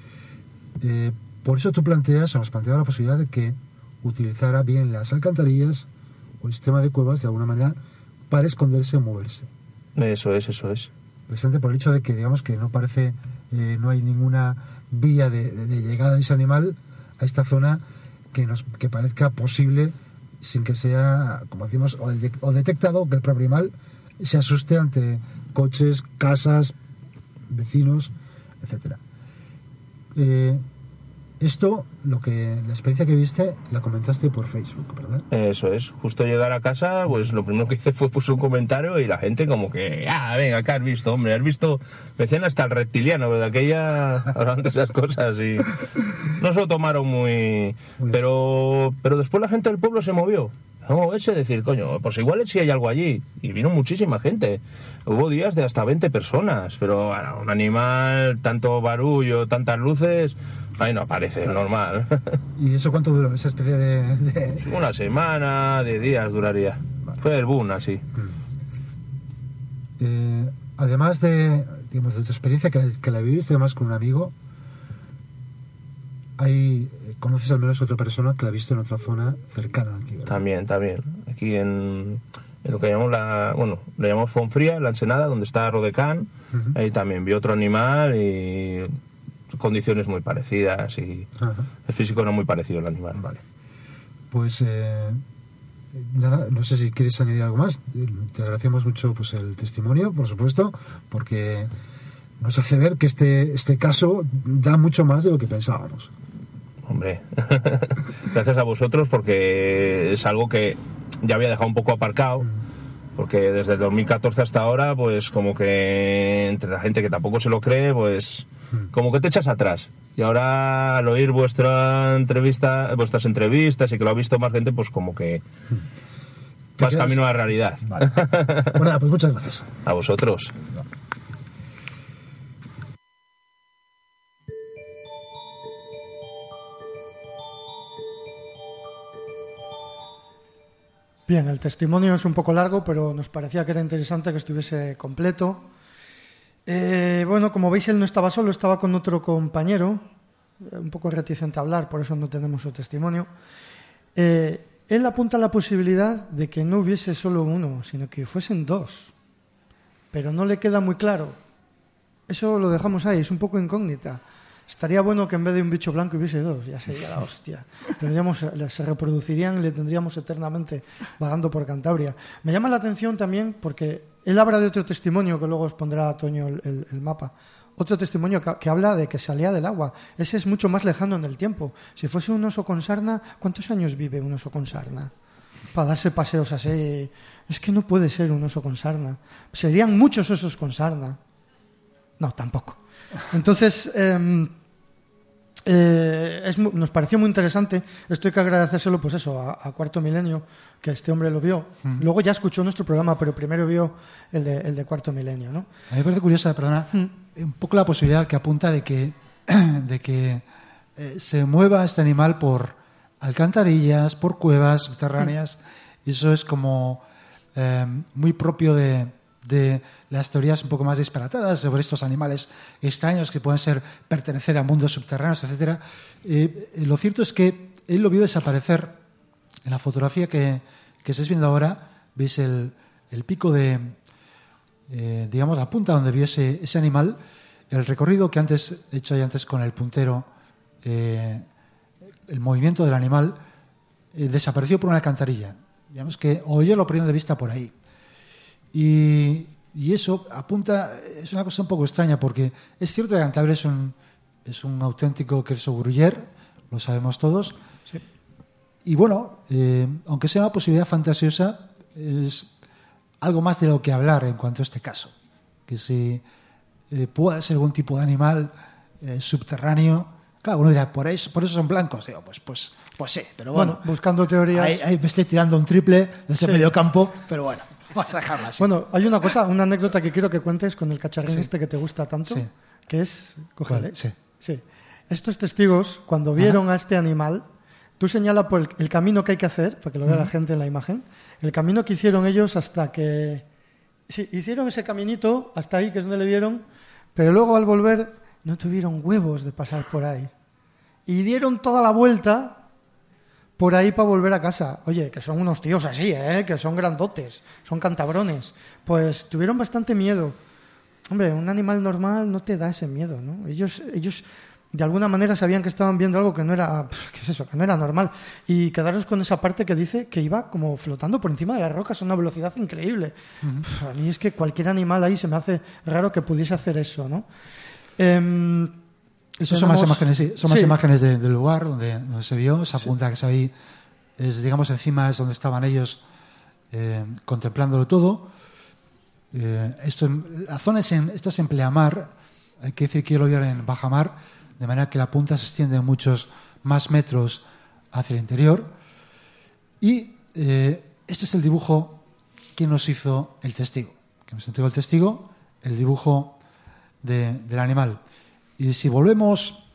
Por eso tú nos planteaba la posibilidad de que utilizara bien las alcantarillas o el sistema de cuevas de alguna manera para esconderse o moverse. Eso es. Precisamente por el hecho de que, digamos, que no parece, no hay ninguna vía de llegada de ese animal a esta zona que parezca posible sin que sea, como decimos, o detectado, que el propio animal se asuste ante coches, casas, vecinos, etcétera. Esto, la experiencia que viste, la comentaste por Facebook, ¿verdad? Eso es. Justo llegar a casa, pues lo primero que hice fue un comentario y la gente como que, venga, ¿qué has visto, hombre? ¿Has visto? Me decían hasta el reptiliano, ¿verdad? Que ya hablaban de esas cosas y no se lo tomaron muy... Pero después la gente del pueblo se movió. A moverse, decir, coño, pues igual sí hay algo allí. Y vino muchísima gente. Hubo días de hasta 20 personas, pero bueno, un animal, tanto barullo, tantas luces, ahí no aparece, normal. ¿Y eso cuánto duró, esa especie de...? Una semana, 10 días duraría. Vale. Fue el boom, así. Además de tu experiencia que la viviste además con un amigo, ¿conoces al menos otra persona que la ha visto en otra zona cercana aquí, ¿verdad? También. Aquí en lo que llamamos le llamamos Fonfría, la Ensenada, donde está Rodecán. Ahí también vi otro animal y condiciones muy parecidas y el físico era muy parecido al animal. Vale. Pues nada, no sé si quieres añadir algo más. Te agradecemos mucho pues el testimonio, por supuesto, porque nos hace ver que este caso da mucho más de lo que pensábamos. Hombre, gracias a vosotros, porque es algo que ya había dejado un poco aparcado, Porque desde el 2014 hasta ahora, pues como que entre la gente que tampoco se lo cree, pues como que te echas atrás. Y ahora al oír vuestras entrevistas y que lo ha visto más gente, pues como que vas camino a la realidad. Vale. Bueno, pues muchas gracias. A vosotros. Bien, el testimonio es un poco largo, pero nos parecía que era interesante que estuviese completo. Bueno, como veis, él no estaba solo, estaba con otro compañero, un poco reticente a hablar, por eso no tenemos su testimonio. Él apunta a la posibilidad de que no hubiese solo uno, sino que fuesen dos, pero no le queda muy claro. Eso lo dejamos ahí, es un poco incógnita. Estaría bueno que en vez de un bicho blanco hubiese dos, ya sería la hostia. Se reproducirían y le tendríamos eternamente vagando por Cantabria. Me llama la atención también porque él habla de otro testimonio, que luego os pondrá Toño el mapa. Otro testimonio que habla de que salía del agua. Ese es mucho más lejano en el tiempo. Si fuese un oso con sarna, ¿cuántos años vive un oso con sarna? Para darse paseos así. Es que no puede ser un oso con sarna. Serían muchos osos con sarna. No, tampoco. Entonces, nos pareció muy interesante. Esto hay que agradecérselo, pues eso, a Cuarto Milenio, que este hombre lo vio. Luego ya escuchó nuestro programa, pero primero vio el de Cuarto Milenio, ¿no? A mí me parece curiosa, perdona, un poco la posibilidad que apunta de que se mueva este animal por alcantarillas, por cuevas subterráneas, y eso es como muy propio de las teorías un poco más disparatadas sobre estos animales extraños que pueden pertenecer a mundos subterráneos, etcétera. Lo cierto es que él lo vio desaparecer. En la fotografía que estáis viendo ahora, veis el pico digamos, la punta donde vio ese animal. El recorrido que he hecho antes con el puntero, el movimiento del animal, desapareció por una alcantarilla. Digamos que, o yo lo perdí de vista por ahí. Y eso apunta, es una cosa un poco extraña, porque es cierto que Cantabria es un auténtico queso gruyer, lo sabemos todos. Sí. Y bueno, aunque sea una posibilidad fantasiosa, es algo más de lo que hablar en cuanto a este caso. Que si pueda ser algún tipo de animal subterráneo. Claro, uno dirá, por eso son blancos. Digo, pues sí, pero bueno. Buscando teorías. Ahí me estoy tirando un triple de ese medio campo, pero bueno. Vamos a dejarla así. Bueno, hay una anécdota que quiero que cuentes con el cacharrín que te gusta tanto, que es... Cógele. Sí. Estos testigos, cuando vieron a este animal, tú señalas por el camino que hay que hacer, para que lo vea la gente en la imagen, el camino que hicieron ellos hasta que... Sí, hicieron ese caminito hasta ahí, que es donde le vieron, pero luego al volver no tuvieron huevos de pasar por ahí. Y dieron toda la vuelta por ahí para volver a casa. Oye, que son unos tíos así, que son grandotes, son cantabrones. Pues tuvieron bastante miedo. Hombre, un animal normal no te da ese miedo, ¿no? Ellos de alguna manera sabían que estaban viendo algo que no era, ¿qué es eso? Que no era normal. Y quedaros con esa parte que dice que iba como flotando por encima de las rocas a una velocidad increíble. A mí es que cualquier animal ahí se me hace raro que pudiese hacer eso, ¿no? Esas son más imágenes, sí. Son más imágenes del lugar donde se vio. Esa punta que se ve ahí, digamos, encima es donde estaban ellos contemplándolo todo. La zona esto es en pleamar. Hay que decir que yo lo vi en bajamar, de manera que la punta se extiende muchos más metros hacia el interior. Y este es el dibujo que nos hizo el testigo. Que nos entregó el testigo, el dibujo del animal. Y si volvemos...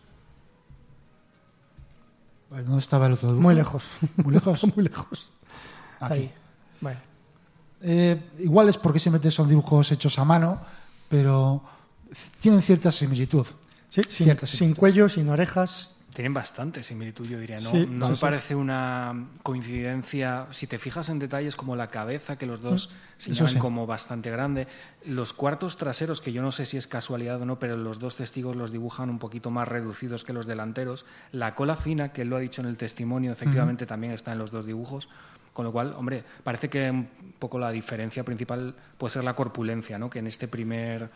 ¿Dónde estaba el otro dibujo? Muy lejos. ¿Muy lejos? Muy lejos. Aquí. Ahí. Vale. Igual es porque simplemente son dibujos hechos a mano, pero tienen cierta similitud. Sí, sin cuello, sin orejas. Tienen bastante similitud, yo diría. No, Sí, no me parece una coincidencia. Si te fijas en detalles como la cabeza, que los dos señalan como bastante grande. Los cuartos traseros, que yo no sé si es casualidad o no, pero los dos testigos los dibujan un poquito más reducidos que los delanteros. La cola fina, que él lo ha dicho en el testimonio, efectivamente también está en los dos dibujos. Con lo cual, hombre, parece que un poco la diferencia principal puede ser la corpulencia, ¿no? Que en este primer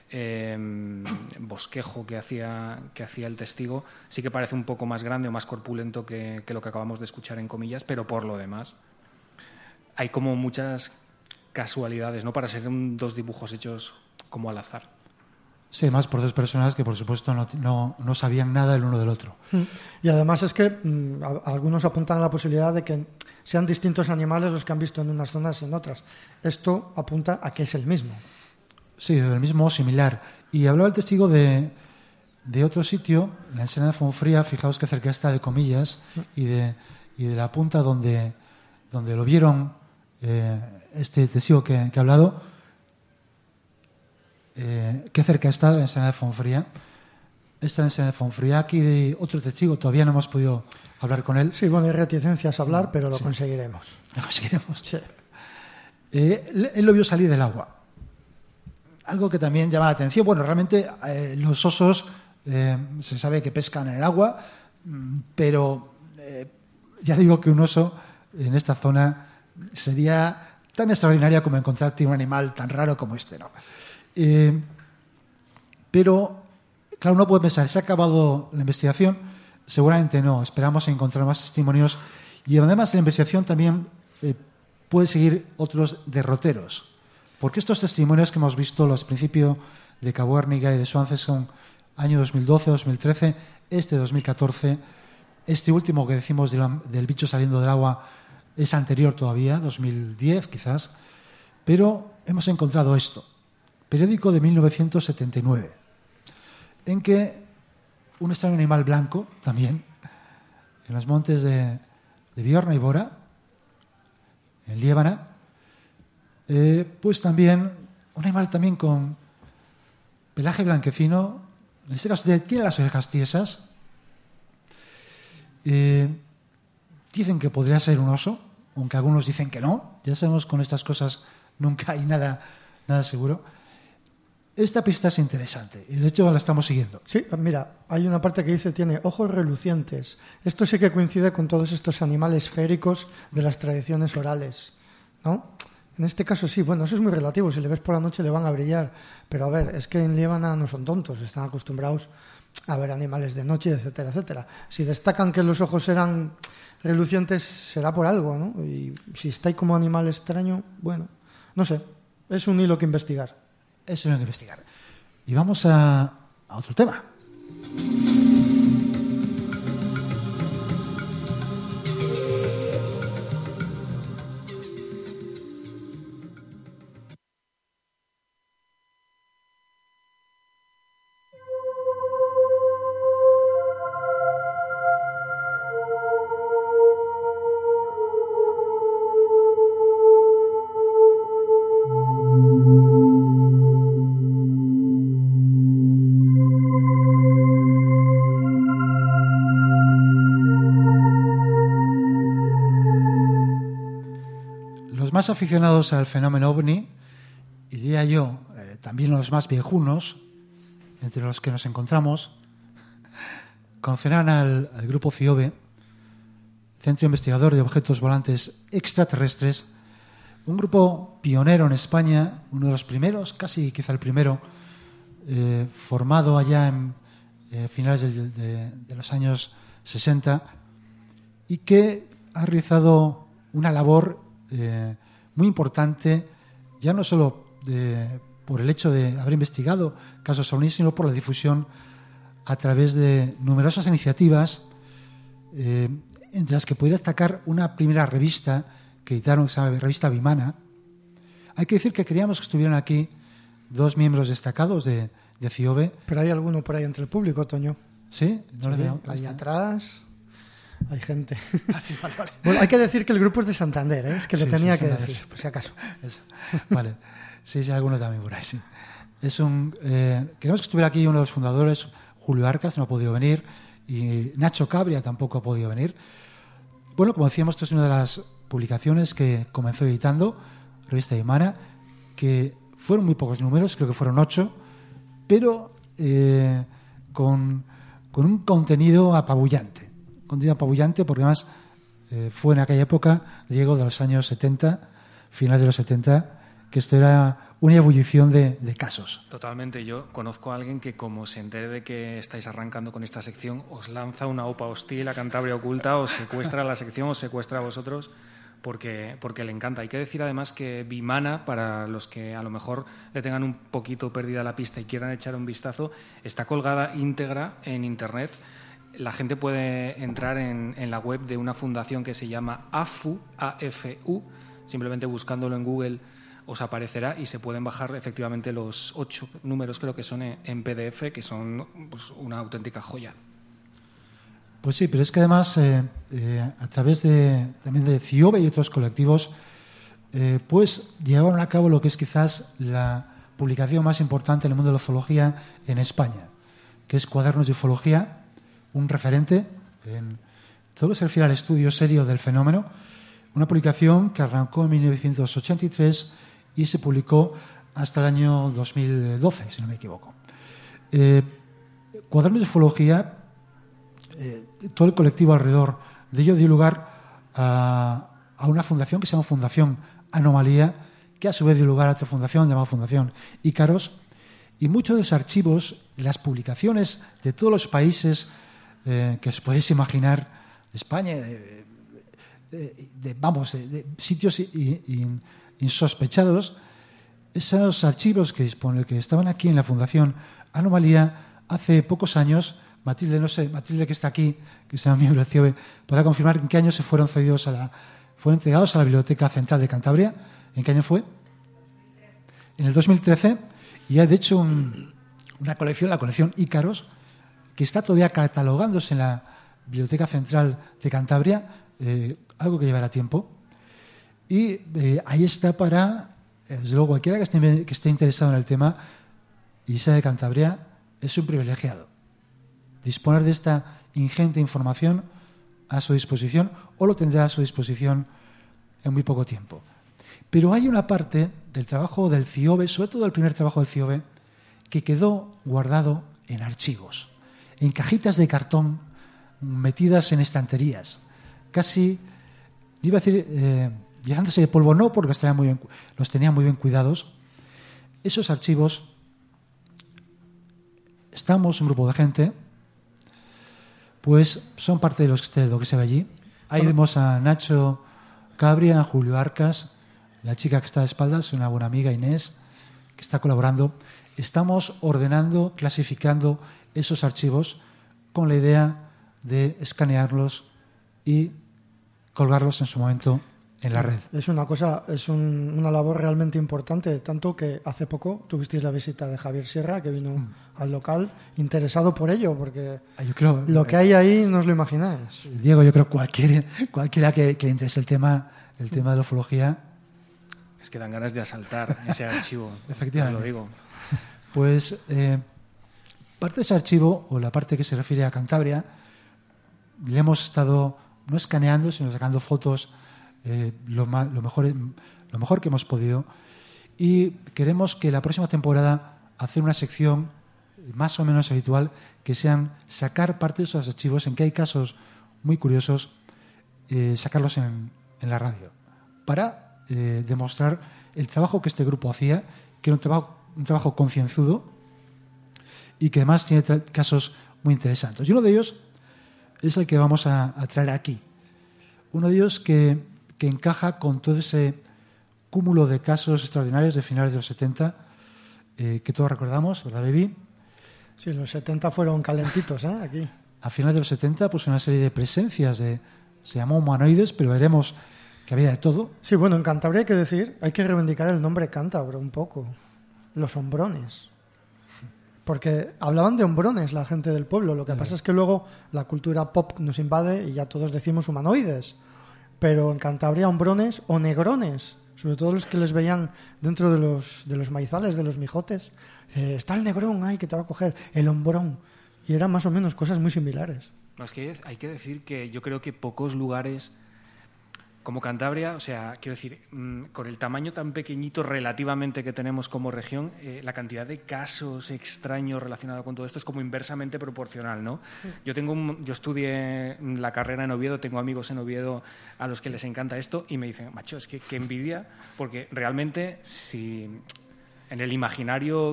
bosquejo que hacía el testigo sí que parece un poco más grande o más corpulento que lo que acabamos de escuchar en comillas, pero por lo demás hay como muchas casualidades, ¿no? Para ser dos dibujos hechos como al azar. Sí, más por dos personas que, por supuesto, no sabían nada el uno del otro. Y además es que algunos apuntan a la posibilidad de que sean distintos animales los que han visto en unas zonas y en otras. Esto apunta a que es el mismo. Sí, el mismo o similar. Y hablaba el testigo de otro sitio, la ensenada de Fonfría, fijaos que cerca está de Comillas, y de la punta donde lo vieron este testigo que ha hablado. Qué cerca está la ensenada de Fonfría. Esta ensenada de Fonfría, aquí de otro testigo, todavía no hemos podido hablar con él. Sí, bueno, hay reticencias a hablar, pero lo conseguiremos. Lo conseguiremos. Sí. Él lo vio salir del agua. Algo que también llama la atención. Bueno, realmente los osos se sabe que pescan en el agua, pero ya digo que un oso en esta zona sería tan extraordinaria como encontrarte un animal tan raro como este, ¿no? Pero, claro, uno puede pensar, ¿se ha acabado la investigación? Seguramente no. Esperamos encontrar más testimonios y además la investigación también puede seguir otros derroteros. Porque estos testimonios que hemos visto, los principios de Cabuérniga y de Suances, son año 2012, 2013, 2014. Este último que decimos del bicho saliendo del agua es anterior todavía, 2010 quizás. Pero hemos encontrado esto. Periódico de 1979, en que un extraño animal blanco, también, en los montes de Biorna y Bora, en Liébana, pues también un animal también con pelaje blanquecino, en este caso tiene las orejas tiesas, dicen que podría ser un oso, aunque algunos dicen que no. Ya sabemos, con estas cosas nunca hay nada seguro. Esta pista es interesante y de hecho la estamos siguiendo. Sí, mira, hay una parte que dice tiene ojos relucientes. Esto sí que coincide con todos estos animales féricos de las tradiciones orales, ¿no? En este caso sí, bueno, eso es muy relativo. Si le ves por la noche le van a brillar, pero a ver, es que en Liébana no son tontos, están acostumbrados a ver animales de noche, etcétera, etcétera. Si destacan que los ojos eran relucientes será por algo, ¿no? Y si está ahí como animal extraño, bueno, no sé, es un hilo que investigar. Eso no hay que investigar. Y vamos a otro tema. Más aficionados al fenómeno ovni, y diría yo, también los más viejunos, entre los que nos encontramos, conocerán al grupo CIOBE, Centro Investigador de Objetos Volantes Extraterrestres, un grupo pionero en España, uno de los primeros, casi quizá el primero, formado allá en finales de los años 60, y que ha realizado una labor muy importante, ya no solo por el hecho de haber investigado casos ovnis, sino por la difusión a través de numerosas iniciativas, entre las que podría destacar una primera revista que editaron, que se llama Revista Vimana. Hay que decir que queríamos que estuvieran aquí dos miembros destacados de CIOBE. Pero hay alguno por ahí entre el público, Toño. ¿Sí? No le veo. Ahí atrás hay gente. Ah, sí, vale. Bueno, hay que decir que el grupo es de Santander, ¿eh? Es que sí, lo tenía que Santander, decir, sí. por si acaso. Eso. Vale. Sí, alguno también por ahí, sí. Queremos que estuviera aquí uno de los fundadores, Julio Arcas, no ha podido venir, y Nacho Cabria tampoco ha podido venir. Bueno, como decíamos, esto es una de las publicaciones que comenzó editando, Revista Vimana, que fueron muy pocos números, creo que fueron 8, pero con un contenido apabullante. Porque además fue en aquella época, Diego, de los años 70, finales de los 70, que esto era una ebullición de casos. Totalmente. Yo conozco a alguien que, como se entere de que estáis arrancando con esta sección, os lanza una OPA hostil a Cantabria Oculta, os secuestra la sección, os secuestra a vosotros, porque le encanta. Hay que decir además que Vimana, para los que a lo mejor le tengan un poquito perdida la pista y quieran echar un vistazo, está colgada íntegra en Internet. La gente puede entrar en la web de una fundación que se llama AFU, AFU, simplemente buscándolo en Google os aparecerá y se pueden bajar efectivamente los 8 números, creo que son en PDF, que son pues, una auténtica joya. Pues sí, pero es que además a través también de CIOBE y otros colectivos pues llevaron a cabo lo que es quizás la publicación más importante en el mundo de la ufología en España, que es Cuadernos de Ufología, un referente en todo lo que se refiere al estudio serio del fenómeno, una publicación que arrancó en 1983 y se publicó hasta el año 2012, si no me equivoco. Cuadernos de Ufología, todo el colectivo alrededor de ello dio lugar a una fundación que se llama Fundación Anomalía, que a su vez dio lugar a otra fundación llamada Fundación Ícaros, y muchos de los archivos de las publicaciones de todos los países que os podéis imaginar de España, de sitios insospechados, esos archivos que estaban aquí en la Fundación Anomalía hace pocos años. Matilde, no sé, Matilde que está aquí, que sea miembro del CIOBE, podrá confirmar en qué año fueron entregados a la Biblioteca Central de Cantabria. ¿En qué año fue? En el 2013. Y hay de hecho una colección, la colección Ícaros, que está todavía catalogándose en la Biblioteca Central de Cantabria, algo que llevará tiempo. Y ahí está para, desde luego, cualquiera que esté interesado en el tema y sea de Cantabria, es un privilegiado disponer de esta ingente información a su disposición, o lo tendrá a su disposición en muy poco tiempo. Pero hay una parte del trabajo del CIOBE, sobre todo el primer trabajo del CIOBE, que quedó guardado en archivos, en cajitas de cartón metidas en estanterías, casi, iba a decir, llenándose de polvo, no, porque los tenían muy bien cuidados. Esos archivos, estamos un grupo de gente, pues son parte de lo que se ve allí. Ahí vemos a Nacho Cabria, a Julio Arcas, la chica que está de espaldas, una buena amiga, Inés, que está colaborando. Estamos ordenando, clasificando esos archivos con la idea de escanearlos y colgarlos en su momento en la red. Es una cosa, es una labor realmente importante, tanto que hace poco tuvisteis la visita de Javier Sierra, que vino al local interesado por ello, porque yo creo, lo que hay ahí no os lo imagináis. Diego, yo creo que cualquiera que le interese el tema de la ufología, es que dan ganas de asaltar ese archivo. Efectivamente. Os lo digo. Pues parte de ese archivo, o la parte que se refiere a Cantabria, le hemos estado no escaneando, sino sacando fotos lo mejor que hemos podido, y queremos que la próxima temporada hacer una sección más o menos habitual, que sean sacar parte de esos archivos, en que hay casos muy curiosos, sacarlos en la radio, para demostrar el trabajo que este grupo hacía, que era un trabajo concienzudo y que además tiene casos muy interesantes. Y uno de ellos es el que vamos a traer aquí. Uno de ellos que encaja con todo ese cúmulo de casos extraordinarios de finales de los 70, que todos recordamos, ¿verdad, Baby? Sí, los 70 fueron calentitos, aquí. A finales de los 70, pues una serie de presencias, se llamó humanoides, pero veremos que había de todo. Sí, bueno, en Cantabria hay que reivindicar el nombre cántabro un poco. Los hombrones. Porque hablaban de hombrones la gente del pueblo. Lo que pasa es que luego la cultura pop nos invade y ya todos decimos humanoides. Pero en Cantabria, hombrones o negrones, sobre todo los que les veían dentro de los maizales, de los mijotes. Está el negrón ahí que te va a coger, el hombrón. Y eran más o menos cosas muy similares. No, es que hay que decir que yo creo que pocos lugares como Cantabria, o sea, quiero decir, con el tamaño tan pequeñito relativamente que tenemos como región, la cantidad de casos extraños relacionados con todo esto es como inversamente proporcional, ¿no? Yo estudié la carrera en Oviedo, tengo amigos en Oviedo a los que les encanta esto y me dicen, macho, es que qué envidia, porque realmente si en el imaginario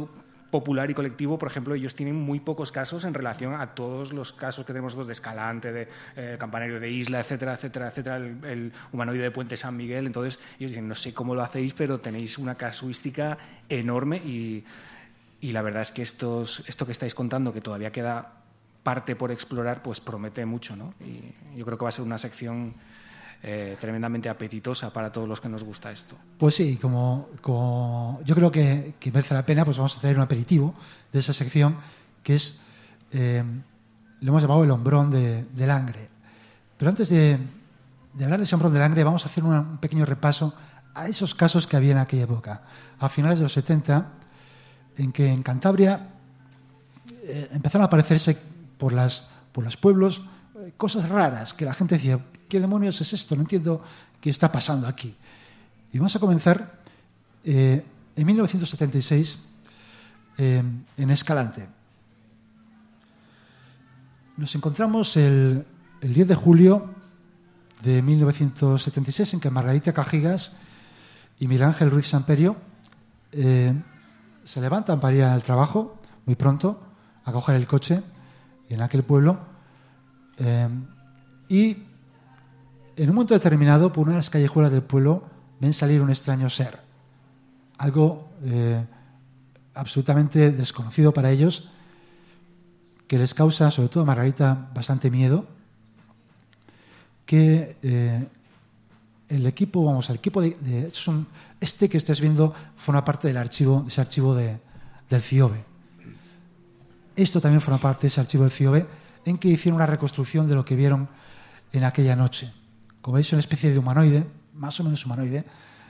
popular y colectivo, por ejemplo, ellos tienen muy pocos casos en relación a todos los casos que tenemos de Escalante, de Campanario de Isla, etcétera, etcétera, etcétera, el humanoide de Puente San Miguel. Entonces ellos dicen, no sé cómo lo hacéis, pero tenéis una casuística enorme y la verdad es que esto que estáis contando, que todavía queda parte por explorar, pues promete mucho, ¿no? Y yo creo que va a ser una sección tremendamente apetitosa para todos los que nos gusta esto. Pues sí, como yo creo que merece la pena, pues vamos a traer un aperitivo de esa sección, que es, lo hemos llamado el hombrón de Langre. Pero antes de hablar de ese hombrón de Langre, vamos a hacer un pequeño repaso a esos casos que había en aquella época, a finales de los 70, en que en Cantabria empezaron a aparecerse por los pueblos cosas raras, que la gente decía, ¿qué demonios es esto? No entiendo qué está pasando aquí. Y vamos a comenzar en 1976 en Escalante. Nos encontramos el 10 de julio de 1976 en que Margarita Cajigas y Miguel Ángel Ruiz Samperio se levantan para ir al trabajo muy pronto, a coger el coche en aquel pueblo, y en un momento determinado, por una de las callejuelas del pueblo, ven salir un extraño ser, algo absolutamente desconocido para ellos, que les causa, sobre todo a Margarita, bastante miedo, que el equipo de este que estés viendo forma parte del archivo, de ese archivo del CIOBE. Esto también forma parte de ese archivo del CIOBE, en que hicieron una reconstrucción de lo que vieron en aquella noche. Como veis, una especie de humanoide, más o menos humanoide,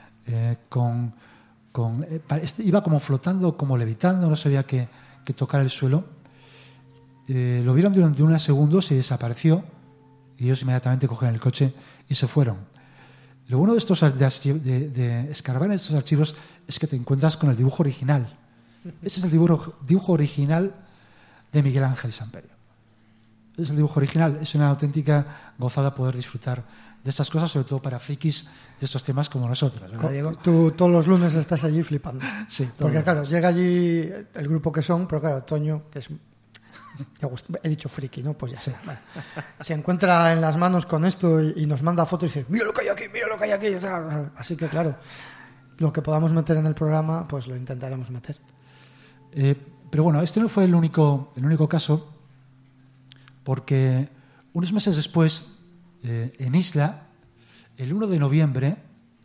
iba como flotando, como levitando, no sabía que tocar el suelo. Lo vieron durante unos segundos y desapareció, y ellos inmediatamente cogieron el coche y se fueron. Lo bueno de escarbar en estos archivos es que te encuentras con el dibujo original. Ese es el dibujo original de Miguel Ángel Samperio. Es el dibujo original. Es una auténtica gozada poder disfrutar de estas cosas, sobre todo para frikis de estos temas como nosotros, ¿verdad, Diego? Tú todos los lunes estás allí flipando. Sí. Porque claro, llega allí el grupo que son, pero claro, Toño, que es... He dicho friki, ¿no? Pues ya está. Bueno, se encuentra en las manos con esto y nos manda fotos y dice, mira lo que hay aquí, mira lo que hay aquí. Así que claro, lo que podamos meter en el programa, pues lo intentaremos meter. Pero bueno, este no fue el único caso, porque unos meses después, en Isla, el 1 de noviembre,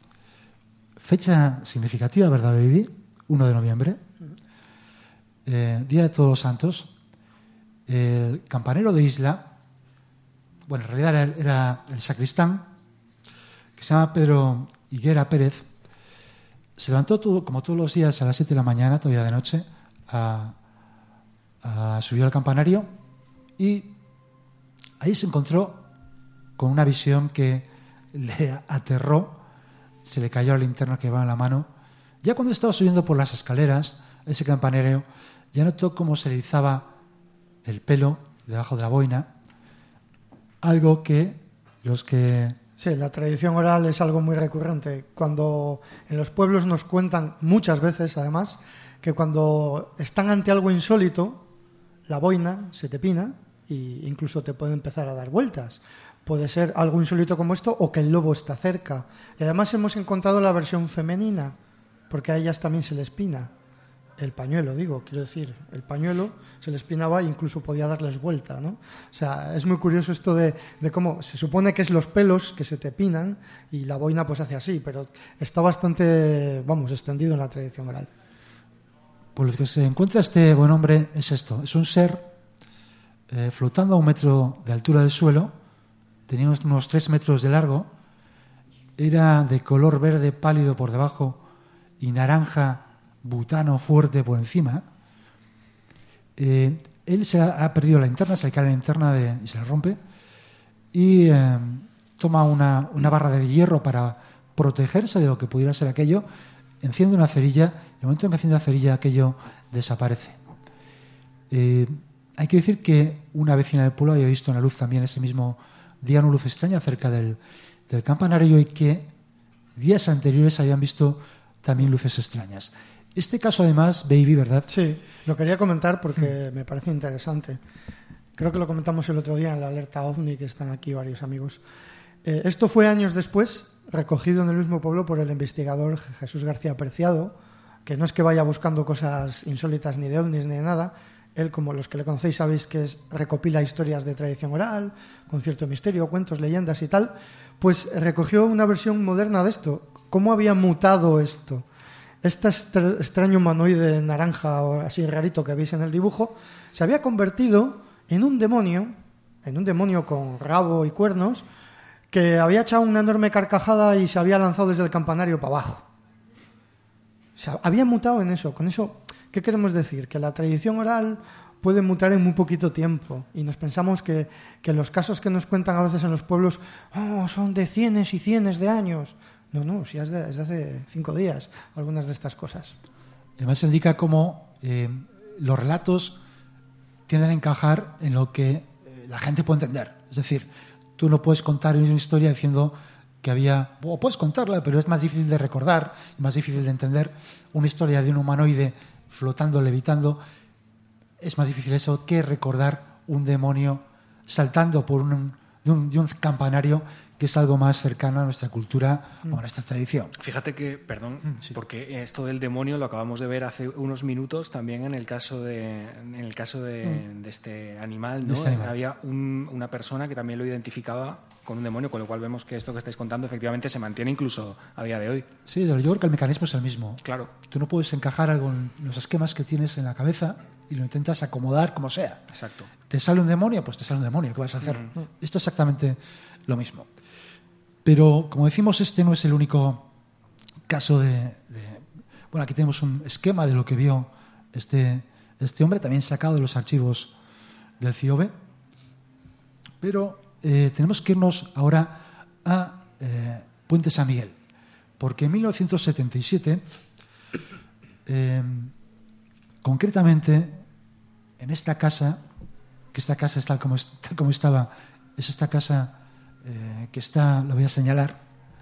fecha significativa, ¿verdad, baby? 1 de noviembre, Día de Todos los Santos, el campanero de Isla, bueno, en realidad era el sacristán, que se llama Pedro Higuera Pérez, se levantó como todos los días a las 7 de la mañana, todavía de noche, subió al campanario y ahí se encontró con una visión que le aterró, se le cayó la linterna que llevaba en la mano. Ya cuando estaba subiendo por las escaleras, ese campanario ya notó cómo se le erizaba el pelo debajo de la boina, algo que los que... Sí, la tradición oral es algo muy recurrente. Cuando en los pueblos nos cuentan muchas veces, además, que cuando están ante algo insólito, la boina se te pina e incluso te puede empezar a dar vueltas. Puede ser algo insólito como esto o que el lobo está cerca. Y además hemos encontrado la versión femenina, porque a ellas también se les pina. El pañuelo, quiero decir, el pañuelo se les pinaba e incluso podía darles vuelta, ¿no? O sea, es muy curioso esto de cómo se supone que es los pelos que se te pinan y la boina pues hace así, pero está bastante, extendido en la tradición oral. Pues lo que se encuentra este buen hombre es esto, es un ser flotando a 1 metro de altura del suelo, tenía unos 3 metros de largo, era de color verde pálido por debajo y naranja butano fuerte por encima. Él se ha perdido la linterna, se le cae la linterna y se la rompe y toma una barra de hierro para protegerse de lo que pudiera ser aquello, enciende una cerilla y en el momento en que enciende la cerilla aquello desaparece. Hay que decir que una vecina del pueblo había visto una luz también ese mismo día, una luz extraña cerca del campanario, y que días anteriores habían visto también luces extrañas. Este caso, además, Baby, ¿verdad? Sí, lo quería comentar porque me parece interesante. Creo que lo comentamos el otro día en la alerta OVNI, que están aquí varios amigos. Esto fue años después, recogido en el mismo pueblo por el investigador Jesús García Preciado, que no es que vaya buscando cosas insólitas ni de ovnis ni de nada. Él, como los que le conocéis, sabéis que recopila historias de tradición oral, con cierto misterio, cuentos, leyendas y tal. Pues recogió una versión moderna de esto. ¿Cómo había mutado esto? Este extraño humanoide naranja o así rarito que veis en el dibujo se había convertido en un demonio con rabo y cuernos, que había echado una enorme carcajada y se había lanzado desde el campanario para abajo. O sea, había mutado en eso. Con eso, ¿qué queremos decir? Que la tradición oral puede mutar en muy poquito tiempo, y nos pensamos que los casos que nos cuentan a veces en los pueblos son de cienes y cienes de años. No, si es de hace 5 días, algunas de estas cosas. Además, se indica cómo los relatos tienden a encajar en lo que la gente puede entender. Es decir, tú no puedes contar una historia diciendo que había... O puedes contarla, pero es más difícil de recordar y más difícil de entender. Una historia de un humanoide flotando, levitando, es más difícil eso que recordar un demonio saltando por de un campanario, que es algo más cercano a nuestra cultura o a nuestra tradición. Fíjate que, perdón, porque esto del demonio lo acabamos de ver hace unos minutos también en el caso de este animal, ¿no? Este animal. Había una persona que también lo identificaba con un demonio, con lo cual vemos que esto que estáis contando efectivamente se mantiene incluso a día de hoy. Sí, yo creo que el mecanismo es el mismo. Claro. Tú no puedes encajar algo en los esquemas que tienes en la cabeza y lo intentas acomodar como sea. Exacto. ¿Te sale un demonio? Pues te sale un demonio. ¿Qué vas a hacer? Esto es exactamente lo mismo. Pero, como decimos, este no es el único caso Bueno, aquí tenemos un esquema de lo que vio este hombre, también sacado de los archivos del CIOBE. Pero tenemos que irnos ahora a Puente San Miguel, porque en 1977, concretamente, en esta casa, que esta casa es tal como estaba, es esta casa que está, lo voy a señalar,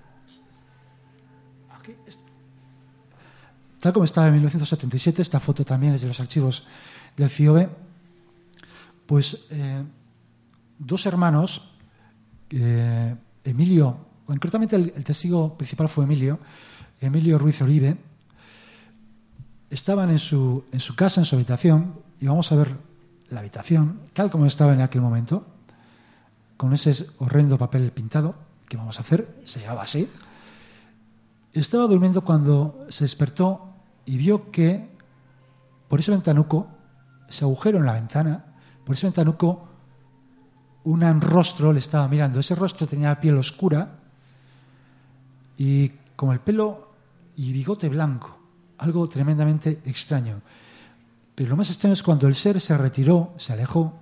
aquí, tal como estaba en 1977, esta foto también es de los archivos del CIOBE, pues dos hermanos, Emilio, concretamente el testigo principal fue Emilio Ruiz Oribe, estaban en su casa, en su habitación, y vamos a ver la habitación tal como estaba en aquel momento, con ese horrendo papel pintado que vamos a hacer, se llevaba así. Estaba durmiendo cuando se despertó y vio que por ese ventanuco, ese agujero en la ventana, por ese ventanuco, un rostro le estaba mirando. Ese rostro tenía piel oscura y con el pelo y bigote blanco, algo tremendamente extraño. Pero lo más extraño es cuando el ser se retiró, se alejó,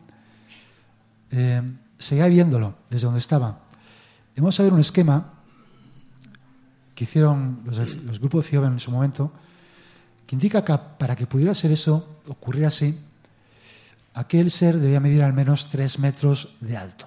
seguía viéndolo desde donde estaba. Vamos a ver un esquema que hicieron los grupos de CIOBE en su momento, que indica que para que pudiera ser eso, ocurrir así, aquel ser debía medir al menos 3 metros de alto.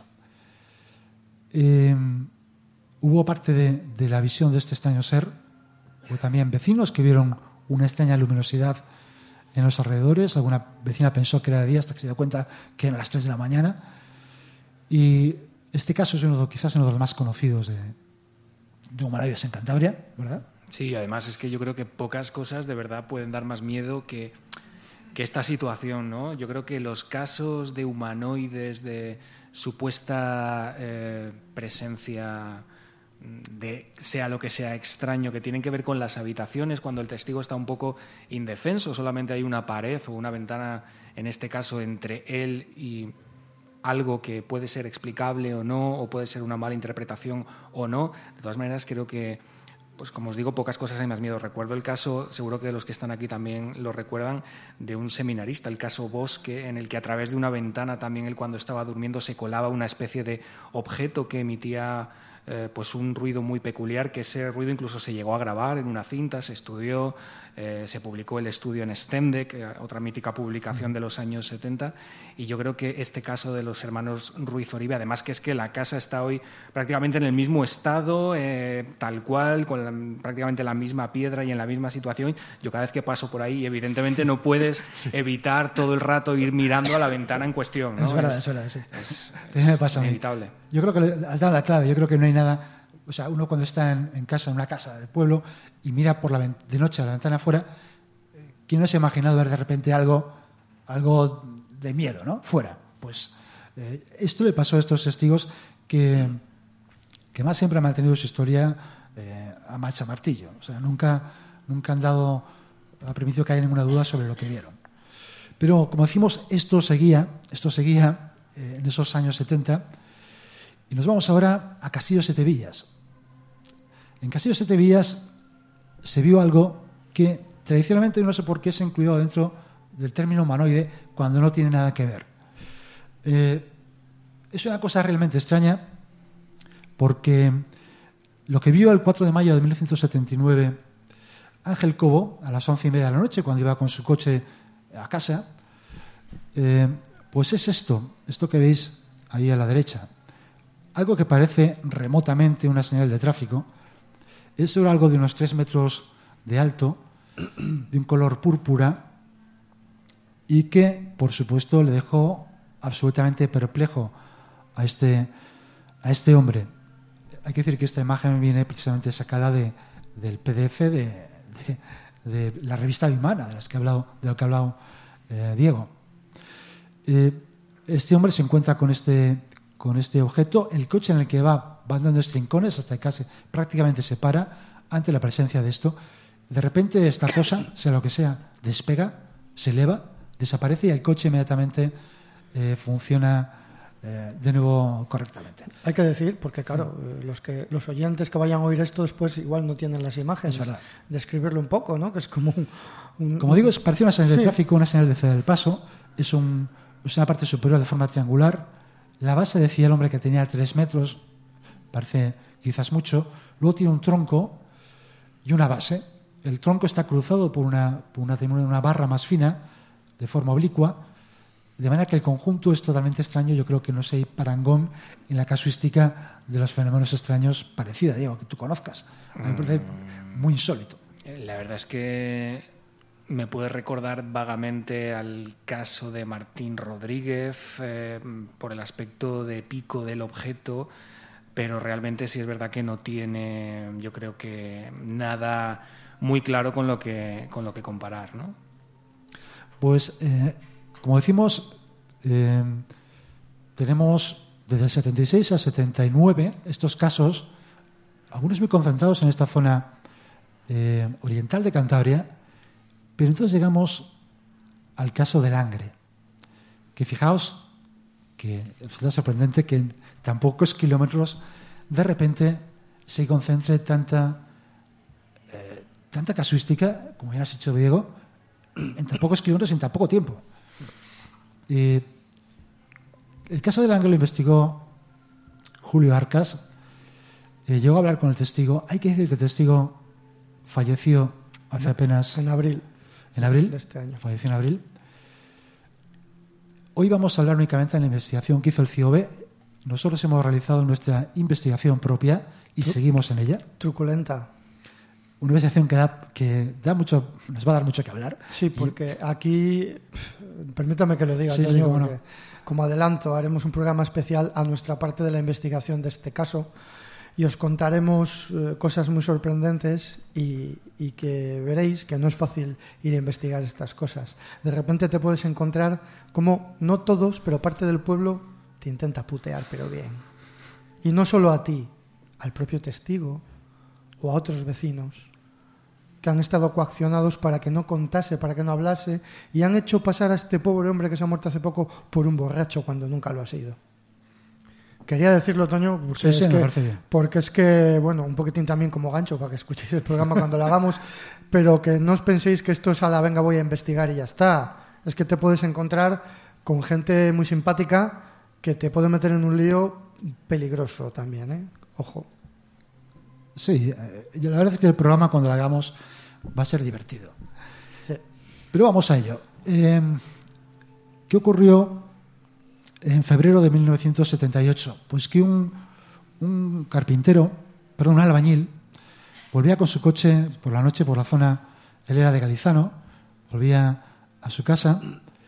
Hubo parte de la visión de este extraño ser, hubo también vecinos que vieron una extraña luminosidad en los alrededores. Alguna vecina pensó que era de día hasta que se dio cuenta que eran las 3 de la mañana. Y este caso es quizás uno de los más conocidos de humanoides en Cantabria, ¿verdad? Sí, además es que yo creo que pocas cosas de verdad pueden dar más miedo que esta situación, ¿no? Yo creo que los casos de humanoides, de supuesta presencia de sea lo que sea extraño, que tienen que ver con las habitaciones, cuando el testigo está un poco indefenso, solamente hay una pared o una ventana, en este caso, entre él y algo que puede ser explicable o no, o puede ser una mala interpretación o no. De todas maneras, creo que, pues como os digo, pocas cosas hay más miedo. Recuerdo el caso, seguro que los que están aquí también lo recuerdan, de un seminarista, el caso Bosque, en el que a través de una ventana también él, cuando estaba durmiendo, se colaba una especie de objeto que emitía pues un ruido muy peculiar, que ese ruido incluso se llegó a grabar en una cinta, se estudió, se publicó el estudio en Stendek, otra mítica publicación de los años 70, y yo creo que este caso de los hermanos Ruiz Oribe, además que es que la casa está hoy prácticamente en el mismo estado, tal cual, con prácticamente la misma piedra y en la misma situación. Yo cada vez que paso por ahí, evidentemente no puedes evitar todo el rato ir mirando a la ventana en cuestión, ¿no? Es verdad, sí. Es me pasa inevitable. Yo creo que has dado la clave. Yo creo que no hay nada. O sea, uno cuando está en casa, en una casa de pueblo, y mira de noche a la ventana afuera, ¿quién no se ha imaginado ver de repente algo de miedo, ¿no? Fuera. Pues esto le pasó a estos testigos que más siempre han mantenido su historia a macha martillo. O sea, nunca han dado ha permitido que haya ninguna duda sobre lo que vieron. Pero, como decimos, esto seguía en esos años 70, y nos vamos ahora a Castillo de Setevillas. En Castillo de Setevillas se vio algo que tradicionalmente no sé por qué se ha incluido dentro del término humanoide cuando no tiene nada que ver. Es una cosa realmente extraña, porque lo que vio el 4 de mayo de 1979 Ángel Cobo a las 11:30 de la noche, cuando iba con su coche a casa, pues es esto que veis ahí a la derecha. Algo que parece remotamente una señal de tráfico. Es sobre algo de unos 3 metros de alto, de un color púrpura, y que, por supuesto, le dejó absolutamente perplejo a este hombre. Hay que decir que esta imagen viene precisamente sacada del PDF de la revista Vimana, de lo que ha hablado Diego. Este hombre se encuentra con este objeto. El coche en el que va dando trincones hasta que casi prácticamente se para ante la presencia de esto. De repente esta cosa, sea lo que sea, despega, se eleva, desaparece y el coche inmediatamente funciona de nuevo correctamente. Hay que decir, porque claro, los oyentes que vayan a oír esto después igual no tienen las imágenes. Es verdad. Describirlo un poco, ¿no? Que es como como digo, parece una señal de tráfico, una señal de ceda del paso. Es una parte superior de forma triangular. La base, decía el hombre, que tenía 3 metros, parece quizás mucho. Luego tiene un tronco y una base. El tronco está cruzado por una barra más fina, de forma oblicua, de manera que el conjunto es totalmente extraño. Yo creo que no sé, hay parangón en la casuística de los fenómenos extraños parecida, Diego, que tú conozcas. A mí me parece muy insólito. La verdad es que me puede recordar vagamente al caso de Martín Rodríguez por el aspecto de pico del objeto, pero realmente sí es verdad que no tiene, yo creo que nada muy claro con lo que comparar, ¿no? Pues, como decimos, tenemos desde el 76 al 79 estos casos, algunos muy concentrados en esta zona oriental de Cantabria, pero entonces llegamos al caso del Angre, que fijaos que resulta sorprendente que en tan pocos kilómetros de repente se concentre tanta casuística, como bien has dicho, Diego, en tan pocos kilómetros en tan poco tiempo. El caso del Angre lo investigó Julio Arcas. Llegó a hablar con el testigo. Hay que decir que el testigo falleció hace apenas... En abril de este año. Falleció en abril. Hoy vamos a hablar únicamente de la investigación que hizo el CIOB. Nosotros hemos realizado nuestra investigación propia y seguimos en ella. Truculenta. Una investigación que nos va a dar mucho que hablar. Sí, porque aquí, permítame que lo diga, sí, Antonio, bueno. porque como adelanto, haremos un programa especial a nuestra parte de la investigación de este caso y os contaremos cosas muy sorprendentes y que veréis que no es fácil ir a investigar estas cosas. De repente te puedes encontrar como, no todos, pero parte del pueblo te intenta putear, pero bien. Y no solo a ti, al propio testigo o a otros vecinos que han estado coaccionados para que no contase, para que no hablase, y han hecho pasar a este pobre hombre que se ha muerto hace poco por un borracho cuando nunca lo ha sido. Quería decirlo, Toño, porque es que, bueno, un poquitín también como gancho para que escuchéis el programa cuando lo hagamos, pero que no os penséis que esto es a la venga voy a investigar y ya está. Es que te puedes encontrar con gente muy simpática que te puede meter en un lío peligroso también, ¿eh? Ojo. Sí, la verdad es que el programa cuando lo hagamos va a ser divertido. Pero vamos a ello. ¿Qué ocurrió en febrero de 1978? Pues que un albañil, volvía con su coche por la noche por la zona, él era de Galizano, volvía a su casa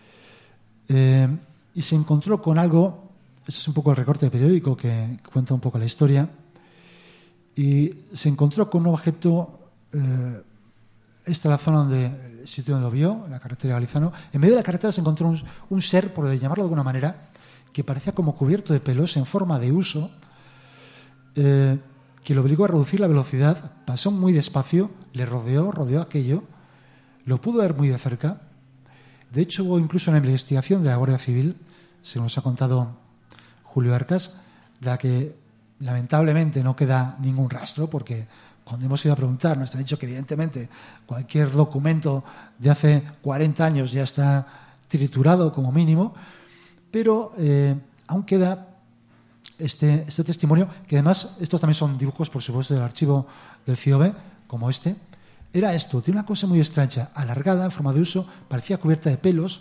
y se encontró con algo, ese es un poco el recorte periódico que cuenta un poco la historia, y se encontró con un objeto, esta es la zona donde el sitio donde lo vio, en la carretera de Galizano. En medio de la carretera se encontró un ser, por llamarlo de alguna manera, que parecía como cubierto de pelos en forma de huso, que lo obligó a reducir la velocidad, pasó muy despacio, le rodeó aquello, lo pudo ver muy de cerca. De hecho, hubo incluso una investigación de la Guardia Civil, según nos ha contado Julio Arcas, de la que lamentablemente no queda ningún rastro, porque cuando hemos ido a preguntar nos han dicho que evidentemente cualquier documento de hace 40 años ya está triturado como mínimo, pero aún queda este testimonio, que además estos también son dibujos, por supuesto, del archivo del CIOB, como este. Era esto, tiene una cosa muy extraña, alargada, en forma de huso, parecía cubierta de pelos,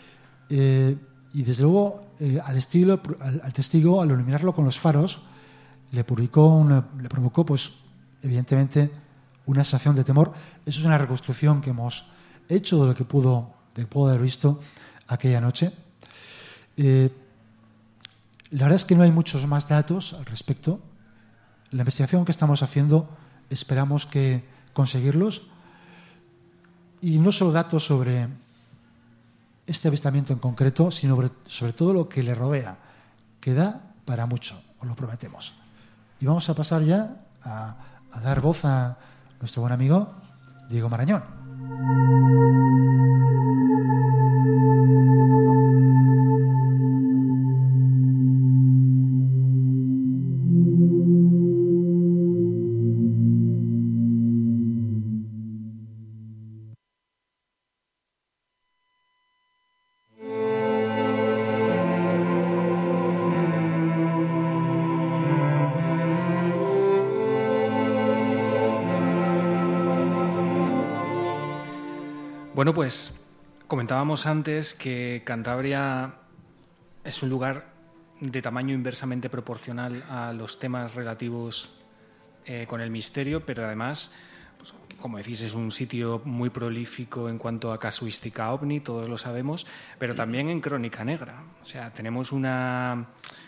y desde luego al testigo, al iluminarlo con los faros, le provocó, pues, evidentemente, una sensación de temor. Eso es una reconstrucción que hemos hecho de lo que pudo haber visto aquella noche. La verdad es que no hay muchos más datos al respecto. La investigación que estamos haciendo esperamos que conseguirlos, y no solo datos sobre este avistamiento en concreto, sino sobre todo lo que le rodea, que da para mucho, os lo prometemos. Y vamos a pasar ya a dar voz a nuestro buen amigo Diego Marañón. Bueno, pues comentábamos antes que Cantabria es un lugar de tamaño inversamente proporcional a los temas relativos con el misterio, pero además, pues, como decís, es un sitio muy prolífico en cuanto a casuística ovni, todos lo sabemos, pero también en crónica negra. O sea, tenemos una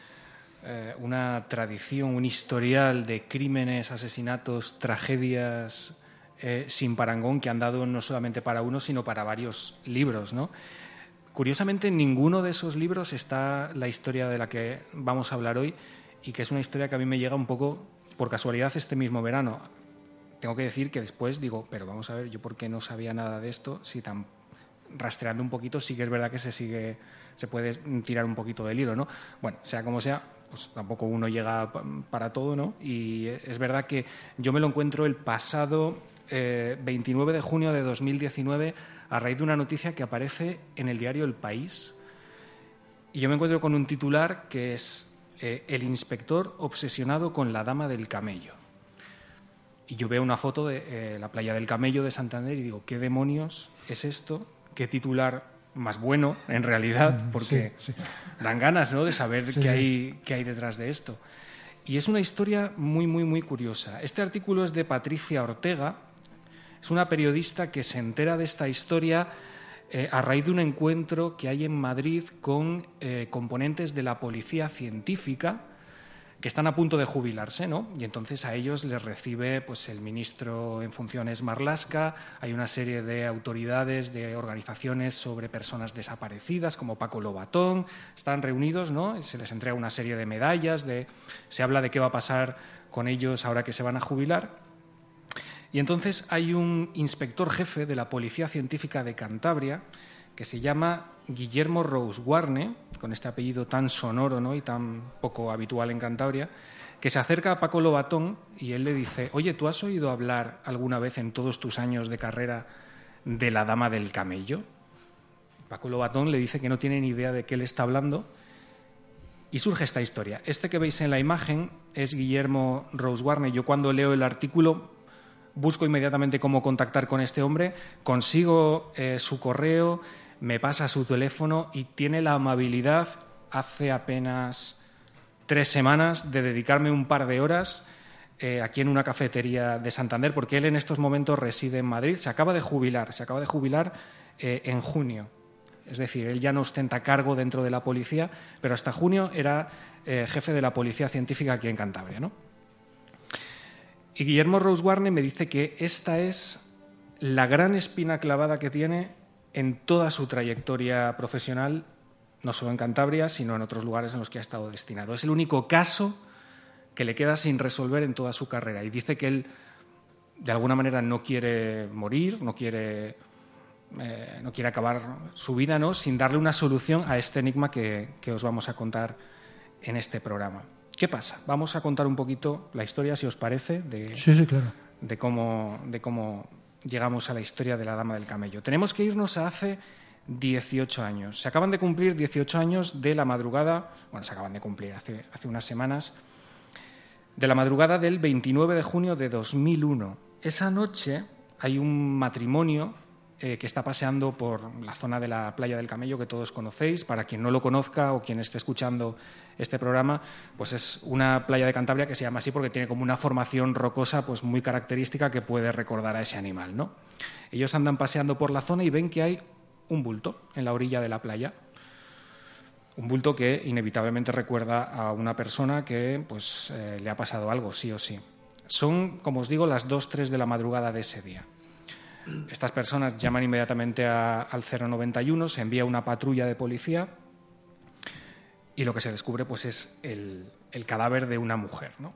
tradición, un historial de crímenes, asesinatos, tragedias sin parangón, que han dado no solamente para uno, sino para varios libros, ¿no? Curiosamente, en ninguno de esos libros está la historia de la que vamos a hablar hoy, y que es una historia que a mí me llega un poco por casualidad este mismo verano. Tengo que decir que después digo, pero vamos a ver, ¿yo por qué no sabía nada de esto? Si tan rastreando un poquito, sí que es verdad que se puede tirar un poquito del hilo, ¿no? Bueno, sea como sea, pues tampoco uno llega para todo, ¿no? Y es verdad que yo me lo encuentro el pasado 29 de junio de 2019 a raíz de una noticia que aparece en el diario El País, y yo me encuentro con un titular que es el inspector obsesionado con la dama del camello. Y yo veo una foto de la playa del Camello de Santander y digo, ¿qué demonios es esto? ¿Qué titular más bueno, en realidad? Porque sí. Dan ganas, ¿no?, de saber qué hay detrás de esto. Y es una historia muy, muy, muy curiosa. Este artículo es de Patricia Ortega. Es una periodista que se entera de esta historia a raíz de un encuentro que hay en Madrid con componentes de la policía científica que están a punto de jubilarse, ¿no? Y entonces a ellos les recibe, pues, el ministro en funciones Marlaska. Hay una serie de autoridades, de organizaciones sobre personas desaparecidas, como Paco Lobatón. Están reunidos, ¿no? Se les entrega una serie de medallas, se habla de qué va a pasar con ellos ahora que se van a jubilar. Y entonces hay un inspector jefe de la Policía Científica de Cantabria que se llama Guillermo Rousguarne, con este apellido tan sonoro, ¿no?, y tan poco habitual en Cantabria, que se acerca a Paco Lobatón y él le dice, oye, ¿tú has oído hablar alguna vez en todos tus años de carrera de la dama del camello? Paco Lobatón le dice que no tiene ni idea de qué le está hablando, Y surge esta historia. Este que veis en la imagen es Guillermo Rosewarne. Yo cuando leo el artículo busco inmediatamente cómo contactar con este hombre, consigo su correo, me pasa su teléfono y tiene la amabilidad hace apenas 3 semanas de dedicarme un par de horas aquí en una cafetería de Santander, porque él en estos momentos reside en Madrid, se acaba de jubilar en junio. Es decir, él ya no ostenta cargo dentro de la policía, pero hasta junio era jefe de la Policía Científica aquí en Cantabria, ¿no? Y Guillermo Rosewarne me dice que esta es la gran espina clavada que tiene en toda su trayectoria profesional, no solo en Cantabria, sino en otros lugares en los que ha estado destinado. Es el único caso que le queda sin resolver en toda su carrera. Y dice que él, de alguna manera, no quiere morir, no quiere acabar su vida, ¿no?, sin darle una solución a este enigma que os vamos a contar en este programa. ¿Qué pasa? Vamos a contar un poquito la historia, si os parece, Sí, claro. de cómo llegamos a la historia de la Dama del Camello. Tenemos que irnos a hace 18 años. Se acaban de cumplir 18 años de la madrugada, bueno, se acaban de cumplir hace unas semanas, de la madrugada del 29 de junio de 2001. Esa noche hay un matrimonio que está paseando por la zona de la Playa del Camello, que todos conocéis. Para quien no lo conozca o quien esté escuchando este programa, pues es una playa de Cantabria que se llama así porque tiene como una formación rocosa pues muy característica que puede recordar a ese animal, ¿no? Ellos andan paseando por la zona y ven que hay un bulto en la orilla de la playa. Un bulto que inevitablemente recuerda a una persona que pues, le ha pasado algo, sí o sí. Son, como os digo, las 2-3 de la madrugada de ese día. Estas personas llaman inmediatamente al 091, se envía una patrulla de policía y lo que se descubre pues, es el cadáver de una mujer, ¿no?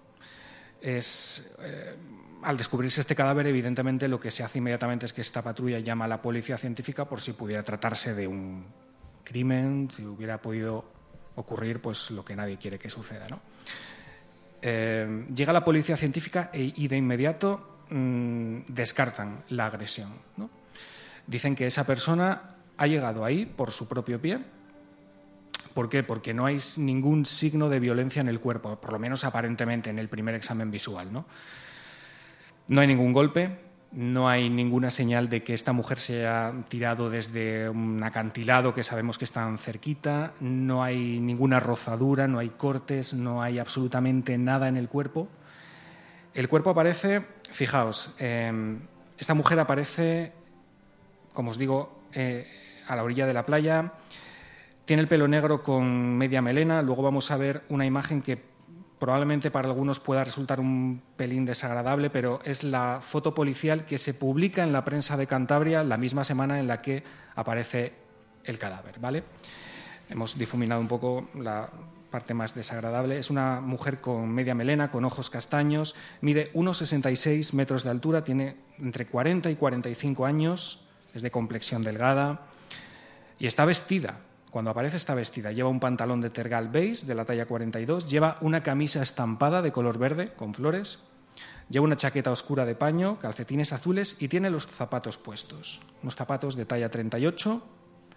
Al descubrirse este cadáver, evidentemente, lo que se hace inmediatamente es que esta patrulla llama a la Policía Científica por si pudiera tratarse de un crimen, si hubiera podido ocurrir pues, lo que nadie quiere que suceda, ¿no? Llega la Policía Científica y de inmediato descartan la agresión, ¿no? Dicen que esa persona ha llegado ahí por su propio pie. ¿Por qué? Porque no hay ningún signo de violencia en el cuerpo, por lo menos aparentemente en el primer examen visual, ¿no? No hay ningún golpe, no hay ninguna señal de que esta mujer se haya tirado desde un acantilado que sabemos que están cerquita, no hay ninguna rozadura, no hay cortes, no hay absolutamente nada en el cuerpo. El cuerpo aparece, fijaos, esta mujer aparece, como os digo, a la orilla de la playa, tiene el pelo negro con media melena. Luego vamos a ver una imagen que probablemente para algunos pueda resultar un pelín desagradable, pero es la foto policial que se publica en la prensa de Cantabria la misma semana en la que aparece el cadáver, ¿vale? Hemos difuminado un poco la parte más desagradable. Es una mujer con media melena, con ojos castaños, mide 1,66 metros de altura, tiene entre 40 y 45 años, es de complexión delgada y está vestida. Cuando aparece está vestida, lleva un pantalón de tergal beige de la talla 42, lleva una camisa estampada de color verde con flores, lleva una chaqueta oscura de paño, calcetines azules y tiene los zapatos puestos, unos zapatos de talla 38.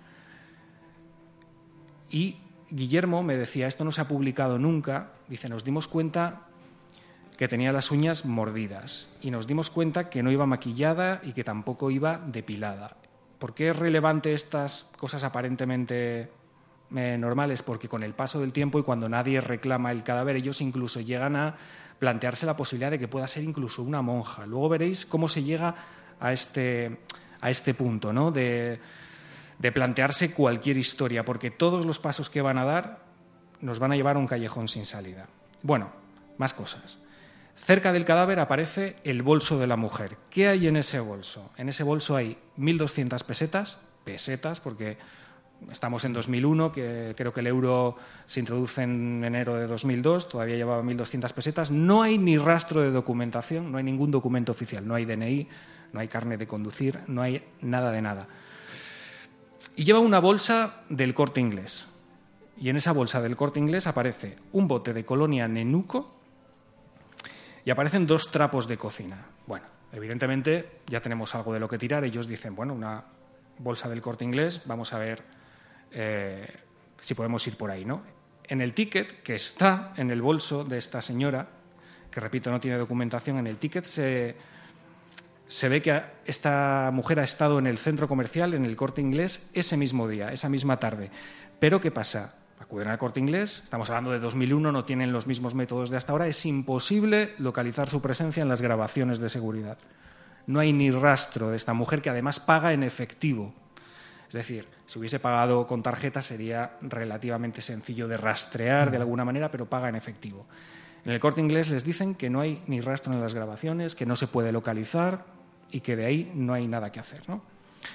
Y Guillermo me decía, esto no se ha publicado nunca, dice, nos dimos cuenta que tenía las uñas mordidas y nos dimos cuenta que no iba maquillada y que tampoco iba depilada. ¿Por qué es relevante estas cosas aparentemente normales? Porque con el paso del tiempo y cuando nadie reclama el cadáver, ellos incluso llegan a plantearse la posibilidad de que pueda ser incluso una monja. Luego veréis cómo se llega a este punto, ¿no? de plantearse cualquier historia, porque todos los pasos que van a dar nos van a llevar a un callejón sin salida. Bueno, más cosas. Cerca del cadáver aparece el bolso de la mujer. ¿Qué hay en ese bolso? En ese bolso hay 1.200 pesetas, porque estamos en 2001, que creo que el euro se introduce en enero de 2002, todavía llevaba 1.200 pesetas. No hay ni rastro de documentación, no hay ningún documento oficial, no hay DNI, no hay carnet de conducir, no hay nada de nada. Y lleva una bolsa del Corte Inglés. Y en esa bolsa del Corte Inglés aparece un bote de colonia Nenuco y aparecen 2 trapos de cocina. Bueno, evidentemente ya tenemos algo de lo que tirar. Ellos dicen, bueno, una bolsa del Corte Inglés, vamos a ver si podemos ir por ahí, ¿no? En el ticket que está en el bolso de esta señora, que repito, no tiene documentación, en el ticket se ve que esta mujer ha estado en el centro comercial, en el Corte Inglés, ese mismo día, esa misma tarde. Pero ¿qué pasa? Acuden al Corte Inglés, estamos hablando de 2001, no tienen los mismos métodos de hasta ahora, es imposible localizar su presencia en las grabaciones de seguridad. No hay ni rastro de esta mujer, que además paga en efectivo. Es decir, si hubiese pagado con tarjeta sería relativamente sencillo de rastrear de alguna manera, pero paga en efectivo. En el Corte Inglés les dicen que no hay ni rastro en las grabaciones, que no se puede localizar y que de ahí no hay nada que hacer, ¿no?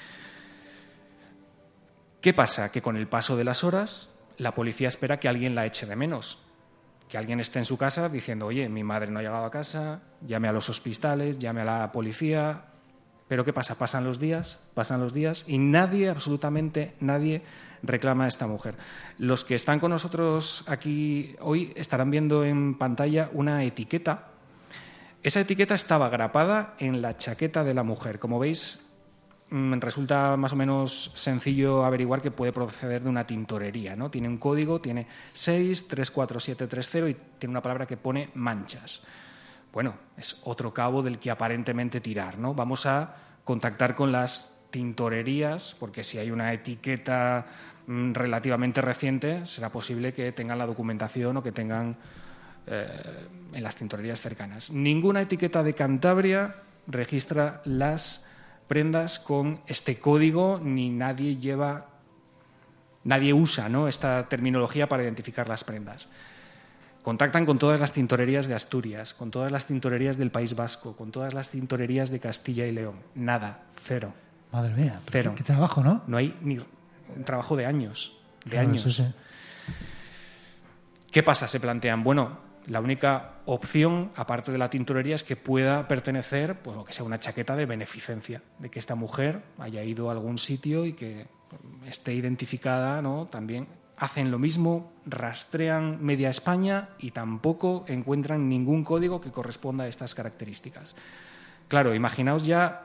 ¿Qué pasa? Que con el paso de las horas la policía espera que alguien la eche de menos, que alguien esté en su casa diciendo, oye, mi madre no ha llegado a casa, llame a los hospitales, llame a la policía. Pero ¿qué pasa? Pasan los días y nadie, absolutamente nadie, reclama a esta mujer. Los que están con nosotros aquí hoy estarán viendo en pantalla una etiqueta. Esa etiqueta estaba grapada en la chaqueta de la mujer. Como veis, resulta más o menos sencillo averiguar que puede proceder de una tintorería, ¿no? Tiene un código, tiene 634730 y tiene una palabra que pone manchas. Bueno, es otro cabo del que aparentemente tirar, ¿no? Vamos a contactar con las tintorerías, porque si hay una etiqueta relativamente reciente, será posible que tengan la documentación o que tengan en las tintorerías cercanas. Ninguna etiqueta de Cantabria registra las prendas con este código, ni nadie usa, ¿no?, esta terminología para identificar las prendas. Contactan con todas las tintorerías de Asturias, con todas las tintorerías del País Vasco, con todas las tintorerías de Castilla y León. Nada, cero. Madre mía, cero. Qué trabajo, ¿no? No hay ni un trabajo de años. Claro, eso sí. ¿Qué pasa? Se plantean, bueno, la única opción, aparte de la tintorería, es que pueda pertenecer, pues, o que sea una chaqueta de beneficencia, de que esta mujer haya ido a algún sitio y que esté identificada, ¿no? También hacen lo mismo, rastrean media España y tampoco encuentran ningún código que corresponda a estas características. Claro, imaginaos ya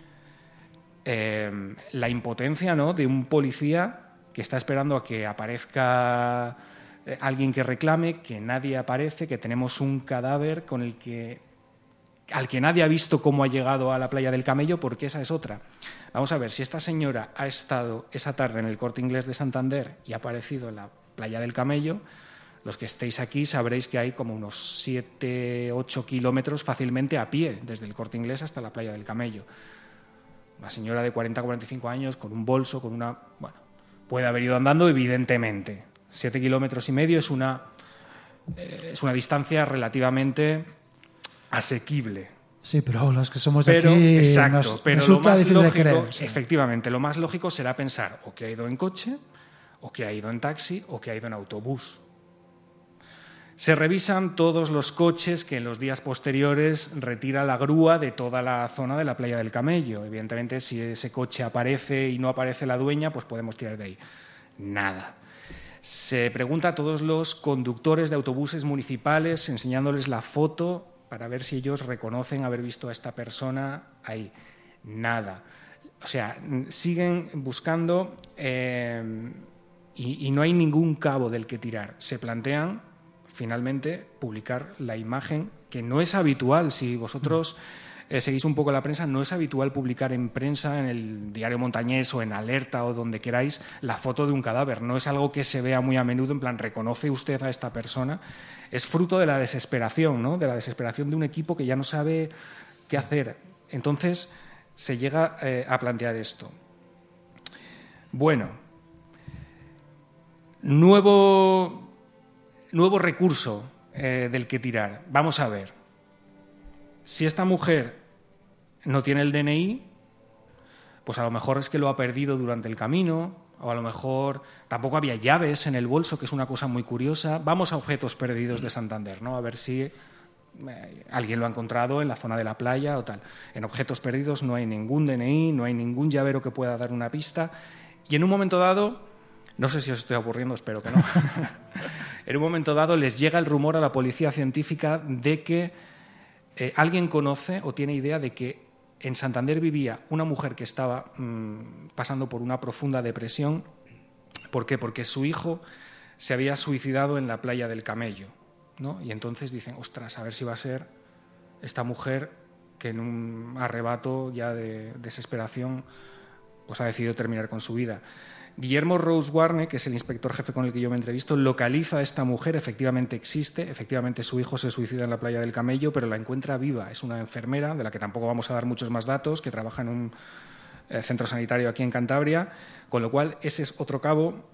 la impotencia, ¿no?, de un policía que está esperando a que aparezca alguien que reclame, que nadie aparece, que tenemos un cadáver al que nadie ha visto cómo ha llegado a la playa del Camello, porque esa es otra. Vamos a ver, si esta señora ha estado esa tarde en el Corte Inglés de Santander y ha aparecido en la playa del Camello, los que estéis aquí sabréis que hay como unos 7-8 kilómetros fácilmente a pie, desde el Corte Inglés hasta la playa del Camello. Una señora de 40-45 años con un bolso, con una... Bueno, puede haber ido andando, evidentemente. 7,5 kilómetros es una distancia relativamente asequible. Sí, pero los que somos de aquí exacto, pero resulta lo más difícil lógico, de creer. Sí. Efectivamente, lo más lógico será pensar o que ha ido en coche, o que ha ido en taxi, o que ha ido en autobús. Se revisan todos los coches que en los días posteriores retira la grúa de toda la zona de la playa del Camello. Evidentemente, si ese coche aparece y no aparece la dueña, pues podemos tirar de ahí. Nada. Se pregunta a todos los conductores de autobuses municipales, enseñándoles la foto para ver si ellos reconocen haber visto a esta persona ahí. Nada. O sea, siguen buscando y no hay ningún cabo del que tirar. Se plantean, finalmente, publicar la imagen, que no es habitual. Si vosotros seguís un poco la prensa, no es habitual publicar en prensa, en el Diario Montañés o en Alerta o donde queráis, la foto de un cadáver. No es algo que se vea muy a menudo, en plan, ¿reconoce usted a esta persona? Es fruto de la desesperación, ¿no?, de la desesperación de un equipo que ya no sabe qué hacer. Entonces se llega a plantear esto. Bueno, nuevo recurso del que tirar. Vamos a ver. Si esta mujer no tiene el DNI, pues a lo mejor es que lo ha perdido durante el camino, o a lo mejor tampoco había llaves en el bolso, que es una cosa muy curiosa. Vamos a objetos perdidos de Santander, ¿no?, a ver si alguien lo ha encontrado en la zona de la playa o tal. En objetos perdidos no hay ningún DNI, no hay ningún llavero que pueda dar una pista. Y en un momento dado, no sé si os estoy aburriendo, espero que no, en un momento dado les llega el rumor a la policía científica de que alguien conoce o tiene idea de que en Santander vivía una mujer que estaba pasando por una profunda depresión. ¿Por qué? Porque su hijo se había suicidado en la playa del Camello, ¿no? Y entonces dicen, ostras, a ver si va a ser esta mujer que en un arrebato ya de desesperación pues ha decidido terminar con su vida. Guillermo Rosewarne, que es el inspector jefe con el que yo me entrevisto, localiza a esta mujer, efectivamente existe, efectivamente su hijo se suicida en la playa del Camello, pero la encuentra viva. Es una enfermera, de la que tampoco vamos a dar muchos más datos, que trabaja en un centro sanitario aquí en Cantabria, con lo cual ese es otro cabo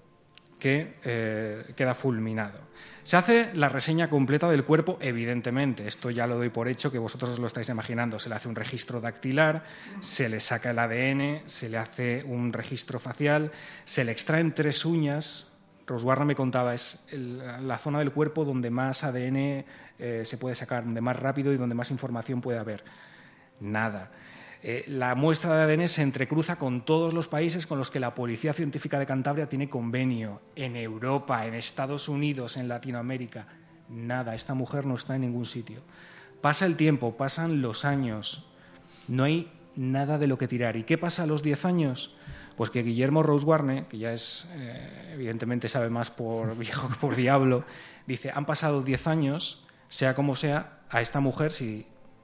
que queda fulminado. Se hace la reseña completa del cuerpo, evidentemente, esto ya lo doy por hecho, que vosotros os lo estáis imaginando, se le hace un registro dactilar, se le saca el ADN, se le hace un registro facial, se le extraen 3 uñas. Rosewarne me contaba, es la zona del cuerpo donde más ADN se puede sacar, donde más rápido y donde más información puede haber. Nada. La muestra de ADN se entrecruza con todos los países con los que la Policía Científica de Cantabria tiene convenio, en Europa, en Estados Unidos, en Latinoamérica. Nada, esta mujer no está en ningún sitio. Pasa el tiempo, pasan los años, no hay nada de lo que tirar. ¿Y qué pasa a los 10 años? Pues que Guillermo Rosewarne, que ya es, evidentemente sabe más por viejo que por diablo, dice, han pasado 10 años, sea como sea, a esta mujer, si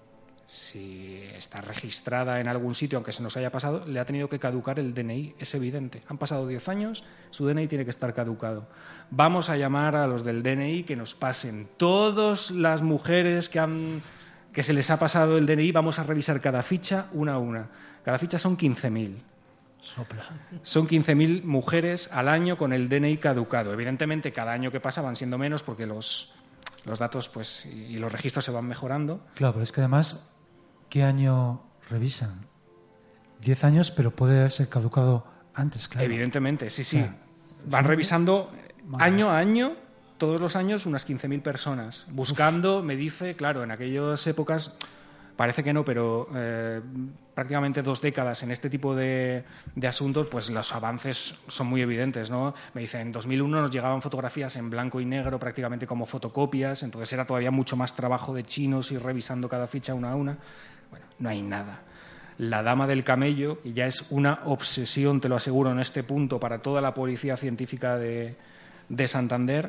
está registrada en algún sitio, aunque se nos haya pasado, le ha tenido que caducar el DNI, es evidente. Han pasado 10 años, su DNI tiene que estar caducado. Vamos a llamar a los del DNI que nos pasen todas las mujeres que se les ha pasado el DNI, vamos a revisar cada ficha una a una. Cada ficha son 15.000. Sopla. Son 15.000 mujeres al año con el DNI caducado. Evidentemente, cada año que pasa van siendo menos porque los datos pues, y los registros se van mejorando. Claro, pero es que además, ¿qué año revisan? 10 años, pero puede ser caducado antes, claro. Evidentemente, sí, sí. O sea, van revisando año a año, todos los años, unas 15.000 personas. Buscando, me dice, claro, en aquellas épocas, parece que no, pero prácticamente 2 décadas en este tipo de asuntos, pues los avances son muy evidentes, ¿no? Me dice, en 2001 nos llegaban fotografías en blanco y negro, prácticamente como fotocopias, entonces era todavía mucho más trabajo de chinos ir revisando cada ficha una a una. Bueno, no hay nada. La dama del camello, y ya es una obsesión, te lo aseguro, en este punto para toda la Policía Científica de Santander,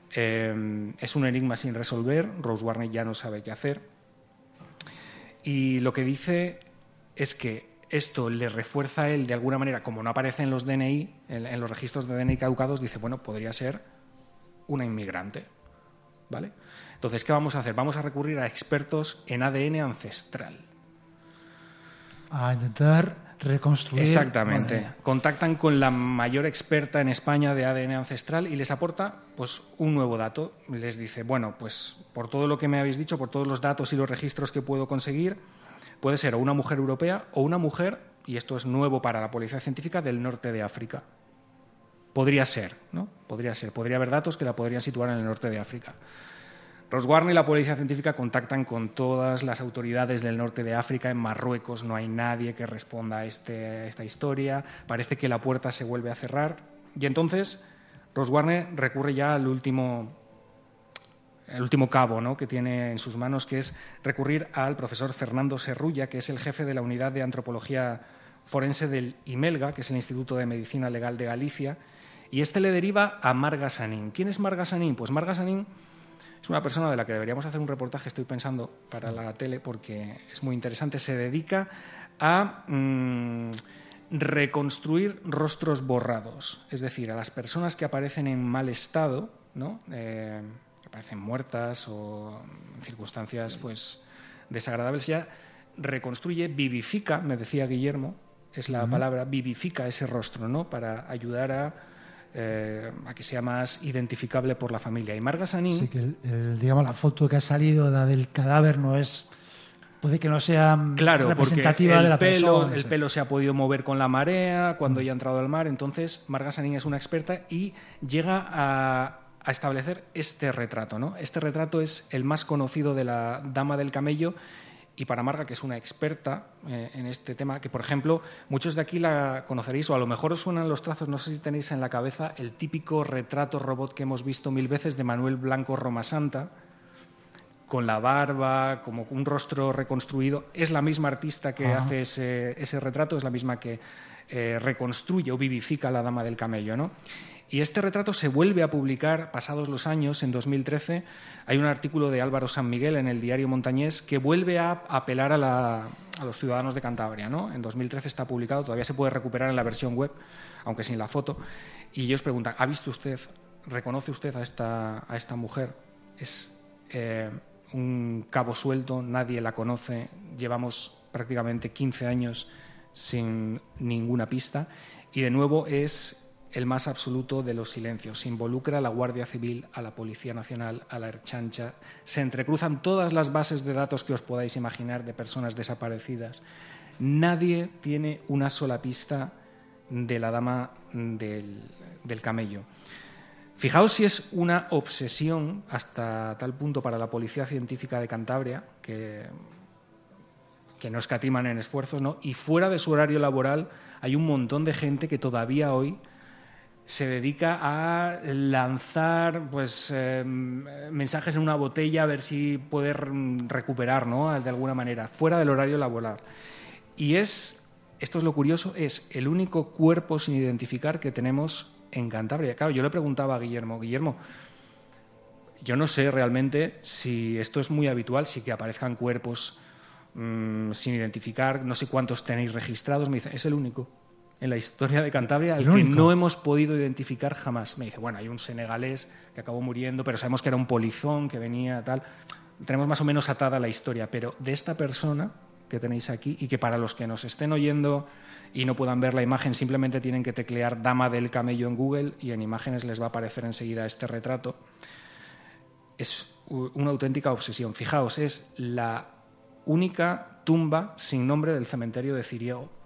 es un enigma sin resolver. Rosewarne ya no sabe qué hacer. Y lo que dice es que esto le refuerza a él de alguna manera, como no aparece en los DNI, en los registros de DNI caducados, dice, bueno, podría ser una inmigrante, ¿vale? Entonces, ¿qué vamos a hacer? Vamos a recurrir a expertos en ADN ancestral. A intentar reconstruir. Exactamente. Vale. Contactan con la mayor experta en España de ADN ancestral y les aporta pues un nuevo dato. Les dice, bueno, pues por todo lo que me habéis dicho, por todos los datos y los registros que puedo conseguir, puede ser o una mujer europea o una mujer, y esto es nuevo para la Policía Científica, del norte de África. Podría ser, ¿no? Podría ser. Podría haber datos que la podrían situar en el norte de África. Rosewarne y la Policía Científica contactan con todas las autoridades del norte de África. En Marruecos no hay nadie que responda a esta historia. Parece que la puerta se vuelve a cerrar. Y entonces Rosewarne recurre ya al último cabo, ¿no?, que tiene en sus manos, que es recurrir al profesor Fernando Serrulla, que es el jefe de la Unidad de Antropología Forense del IMELGA, que es el Instituto de Medicina Legal de Galicia. Y este le deriva a Marga Sanín. ¿Quién es Marga Sanín? Pues Marga Sanín es una persona de la que deberíamos hacer un reportaje, estoy pensando, para la tele, porque es muy interesante. Se dedica a reconstruir rostros borrados, es decir, a las personas que aparecen en mal estado, ¿no?, que aparecen muertas o en circunstancias pues desagradables, ya reconstruye, vivifica, me decía Guillermo, es la palabra, vivifica ese rostro, ¿no?, para ayudar a que sea más identificable por la familia. Y Marga Sanín... Sí, que digamos, la foto que ha salido, la del cadáver, no es... Puede que no sea representativa de la persona. El pelo se ha podido mover con la marea cuando ya ha entrado al mar. Entonces, Marga Sanín es una experta y llega a establecer este retrato, ¿no? Este retrato es el más conocido de la dama del camello. Y para Marga, que es una experta en este tema, que por ejemplo muchos de aquí la conoceréis, o a lo mejor os suenan los trazos, no sé si tenéis en la cabeza el típico retrato robot que hemos visto 1000 veces de Manuel Blanco Romasanta, con la barba, como un rostro reconstruido. Es la misma artista que hace ese retrato, es la misma que reconstruye o vivifica a la dama del camello, ¿no? Y este retrato se vuelve a publicar pasados los años, en 2013. Hay un artículo de Álvaro San Miguel en el diario Montañés que vuelve a apelar a los ciudadanos de Cantabria, ¿no? En 2013 está publicado, todavía se puede recuperar en la versión web, aunque sin la foto. Y ellos preguntan, ¿ha visto usted, reconoce usted a esta mujer? Es un cabo suelto, nadie la conoce, llevamos prácticamente 15 años sin ninguna pista y de nuevo es el más absoluto de los silencios. Involucra a la Guardia Civil, a la Policía Nacional, a la Ertzaintza. Se entrecruzan todas las bases de datos que os podáis imaginar de personas desaparecidas. Nadie tiene una sola pista de la dama del camello. Fijaos si es una obsesión hasta tal punto para la Policía Científica de Cantabria, que no escatiman en esfuerzos, ¿no? Y fuera de su horario laboral hay un montón de gente que todavía hoy se dedica a lanzar mensajes en una botella a ver si puede recuperar, ¿no? De alguna manera, fuera del horario laboral. Y esto es lo curioso, es el único cuerpo sin identificar que tenemos en Cantabria. Claro, yo le preguntaba a Guillermo, yo no sé realmente si esto es muy habitual, si que aparezcan cuerpos sin identificar, no sé cuántos tenéis registrados. Me dice, es el único en la historia de Cantabria el que no hemos podido identificar jamás. Me dice, bueno, hay un senegalés que acabó muriendo, pero sabemos que era un polizón, que venía tal. Tenemos más o menos atada la historia, pero de esta persona que tenéis aquí, y que para los que nos estén oyendo y no puedan ver la imagen, simplemente tienen que teclear Dama del Camello en Google y en imágenes les va a aparecer enseguida este retrato. Es una auténtica obsesión. Fijaos, es la única tumba sin nombre del cementerio de Ciriego.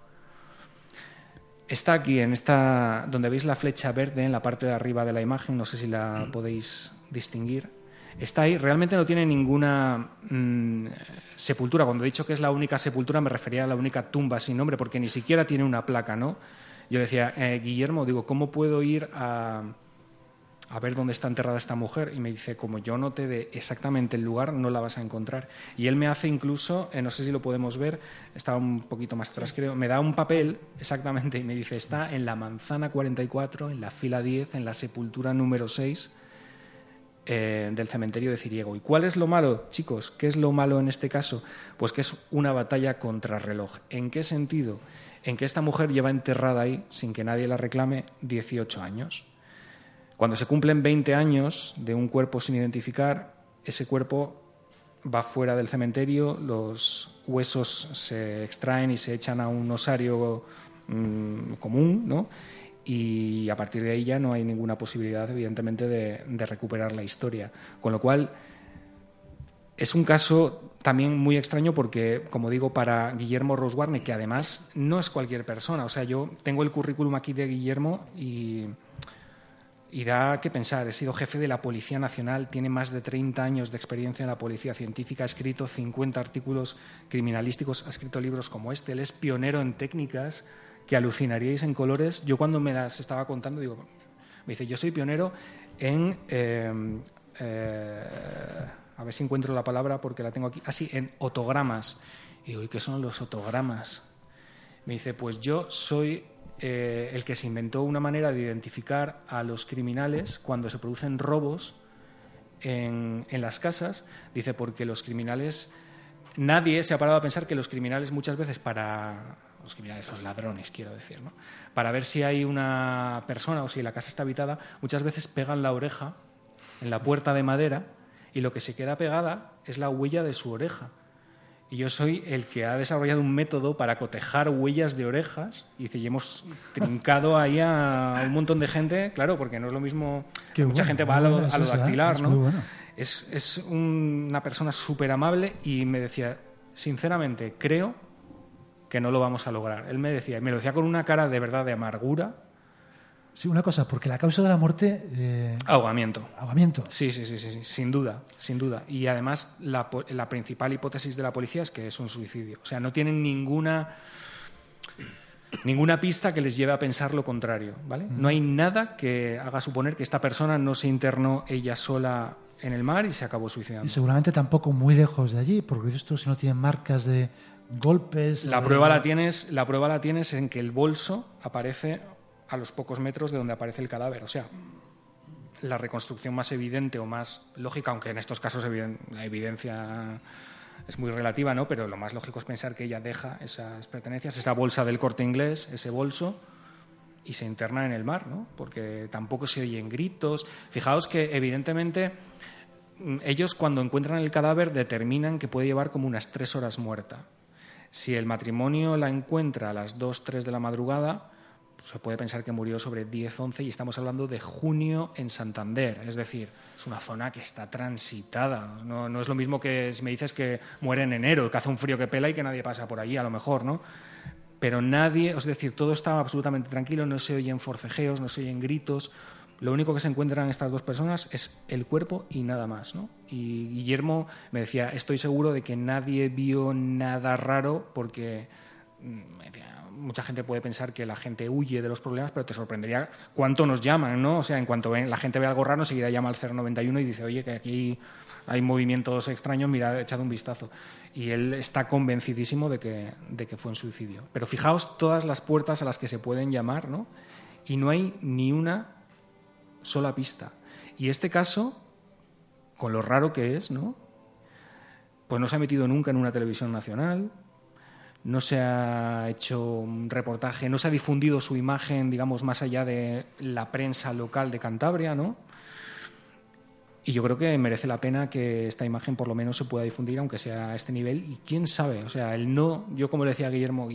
Está aquí, donde veis la flecha verde en la parte de arriba de la imagen, no sé si la podéis distinguir. Está ahí, realmente no tiene ninguna sepultura. Cuando he dicho que es la única sepultura me refería a la única tumba sin nombre, porque ni siquiera tiene una placa, ¿no? Yo decía, Guillermo, digo, ¿cómo puedo ir a ver dónde está enterrada esta mujer? Y me dice, como yo no te dé exactamente el lugar, no la vas a encontrar. Y él me hace incluso, no sé si lo podemos ver, estaba un poquito más atrás creo, me da un papel exactamente y me dice, está en la manzana 44, en la fila 10, en la sepultura número 6 del cementerio de Ciriego. ¿Y cuál es lo malo, chicos? ¿Qué es lo malo en este caso? Pues que es una batalla contra reloj. ¿En qué sentido? En que esta mujer lleva enterrada ahí, sin que nadie la reclame, 18 años. Cuando se cumplen 20 años de un cuerpo sin identificar, ese cuerpo va fuera del cementerio, los huesos se extraen y se echan a un osario común, ¿no? Y a partir de ahí ya no hay ninguna posibilidad, evidentemente, de recuperar la historia. Con lo cual, es un caso también muy extraño porque, como digo, para Guillermo Roswarne, que además no es cualquier persona. O sea, yo tengo el currículum aquí de Guillermo y da que pensar. He sido jefe de la Policía Nacional, tiene más de 30 años de experiencia en la Policía Científica, ha escrito 50 artículos criminalísticos, ha escrito libros como este. Él es pionero en técnicas que alucinaríais en colores. Yo cuando me las estaba contando, me dice, yo soy pionero en... a ver si encuentro la palabra porque la tengo aquí. En otogramas. Y digo, ¿y qué son los otogramas? Me dice, pues yo soy... el que se inventó una manera de identificar a los criminales cuando se producen robos en las casas. Dice, porque los criminales, nadie se ha parado a pensar que los criminales muchas veces los ladrones, quiero decir, ¿no? Para ver si hay una persona o si la casa está habitada, muchas veces pegan la oreja en la puerta de madera y lo que se queda pegada es la huella de su oreja. Y yo soy el que ha desarrollado un método para cotejar huellas de orejas. Y dice, y hemos trincado ahí a un montón de gente, claro, porque no es lo mismo. Mucha gente va a lo dactilar, ¿no? Bueno. Es una persona súper amable y me decía, sinceramente, creo que no lo vamos a lograr. Él me lo decía con una cara de verdad de amargura. Sí, una cosa, porque la causa de la muerte... Ahogamiento. ¿Ahogamiento? Sí, sin duda. Y además la principal hipótesis de la policía es que es un suicidio. O sea, no tienen ninguna pista que les lleve a pensar lo contrario, ¿vale? No hay nada que haga suponer que esta persona no se internó ella sola en el mar y se acabó suicidando. Y seguramente tampoco muy lejos de allí, porque esto si no tienen marcas de golpes. La prueba la tienes en que el bolso aparece a los pocos metros de donde aparece el cadáver. O sea, la reconstrucción más evidente o más lógica, aunque en estos casos la evidencia es muy relativa, ¿no? Pero lo más lógico es pensar que ella deja esas pertenencias, esa bolsa del Corte Inglés, ese bolso, y se interna en el mar, ¿no? Porque tampoco se oyen gritos. Fijaos que, evidentemente, ellos cuando encuentran el cadáver determinan que puede llevar como unas 3 horas muerta. Si el matrimonio la encuentra a las 2, 3 de la madrugada, se puede pensar que murió sobre 10, 11 y estamos hablando de junio en Santander. Es decir, es una zona que está transitada. No es lo mismo que si me dices que muere en enero, que hace un frío que pela y que nadie pasa por allí, a lo mejor, ¿no? Pero nadie, es decir, todo estaba absolutamente tranquilo, no se oyen forcejeos, no se oyen gritos. Lo único que se encuentran estas 2 personas es el cuerpo y nada más, ¿no? Y Guillermo me decía, estoy seguro de que nadie vio nada raro porque me decía, mucha gente puede pensar que la gente huye de los problemas, pero te sorprendería cuánto nos llaman, ¿no? O sea, en cuanto la gente ve algo raro, enseguida llama al 091 y dice, oye, que aquí hay movimientos extraños, mira, echad un vistazo. Y él está convencidísimo de que fue un suicidio. Pero fijaos todas las puertas a las que se pueden llamar, ¿no? Y no hay ni una sola pista. Y este caso, con lo raro que es, ¿no? Pues no se ha metido nunca en una televisión nacional, no se ha hecho un reportaje, no se ha difundido su imagen, digamos, más allá de la prensa local de Cantabria, ¿no? Y yo creo que merece la pena que esta imagen por lo menos se pueda difundir, aunque sea a este nivel. Y quién sabe, o sea, yo como le decía a Guillermo,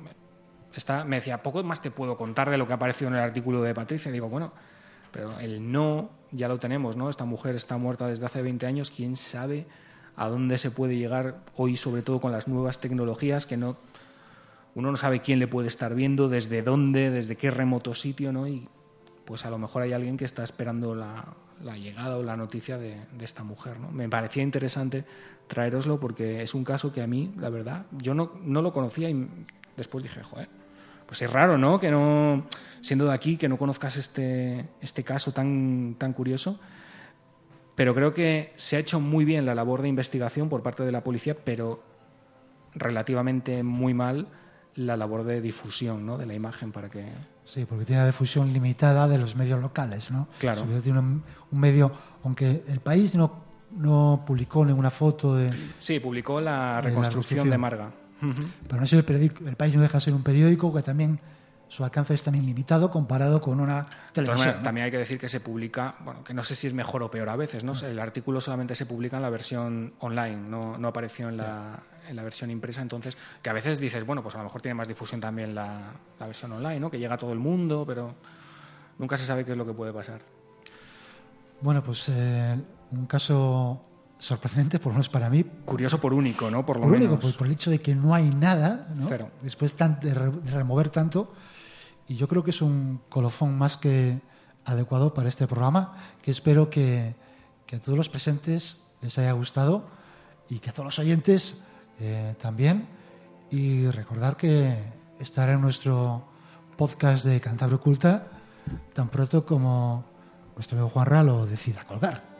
me decía, poco más te puedo contar de lo que ha aparecido en el artículo de Patricia. Digo, bueno, pero el no ya lo tenemos, ¿no? Esta mujer está muerta desde hace 20 años, quién sabe a dónde se puede llegar hoy, sobre todo con las nuevas tecnologías, que uno no sabe quién le puede estar viendo, desde dónde, desde qué remoto sitio, ¿no? Y pues a lo mejor hay alguien que está esperando la llegada o la noticia de esta mujer, ¿no? Me parecía interesante traeroslo porque es un caso que a mí, la verdad, yo no lo conocía y después dije, joder, pues es raro, ¿no? Que no, siendo de aquí, que no conozcas este caso tan curioso. Pero creo que se ha hecho muy bien la labor de investigación por parte de la policía, pero relativamente muy mal la labor de difusión, ¿no? De la imagen para que... Sí, porque tiene la difusión limitada de los medios locales, ¿no? Claro. Sobre todo tiene un medio, aunque el País no publicó ninguna foto de... Sí, publicó la reconstrucción de Marga. Pero no sé, el País no deja de ser un periódico que también su alcance es también limitado comparado con una televisión. ¿No? También hay que decir que se publica, bueno, que no sé si es mejor o peor a veces, ¿no? El artículo solamente se publica en la versión online, no apareció en la versión impresa, entonces, que a veces dices, bueno, pues a lo mejor tiene más difusión también la versión online, ¿no? Que llega a todo el mundo, pero nunca se sabe qué es lo que puede pasar. Bueno, pues un caso sorprendente, por lo menos para mí. Curioso por único, ¿no? Por único, por el hecho de que no hay nada, ¿no? Cero. Después de remover tanto. Y yo creo que es un colofón más que adecuado para este programa, que espero que a todos los presentes les haya gustado y que a todos los oyentes también. Y recordar que estará en nuestro podcast de Cantabria Oculta tan pronto como nuestro amigo Juanra lo decida colgar.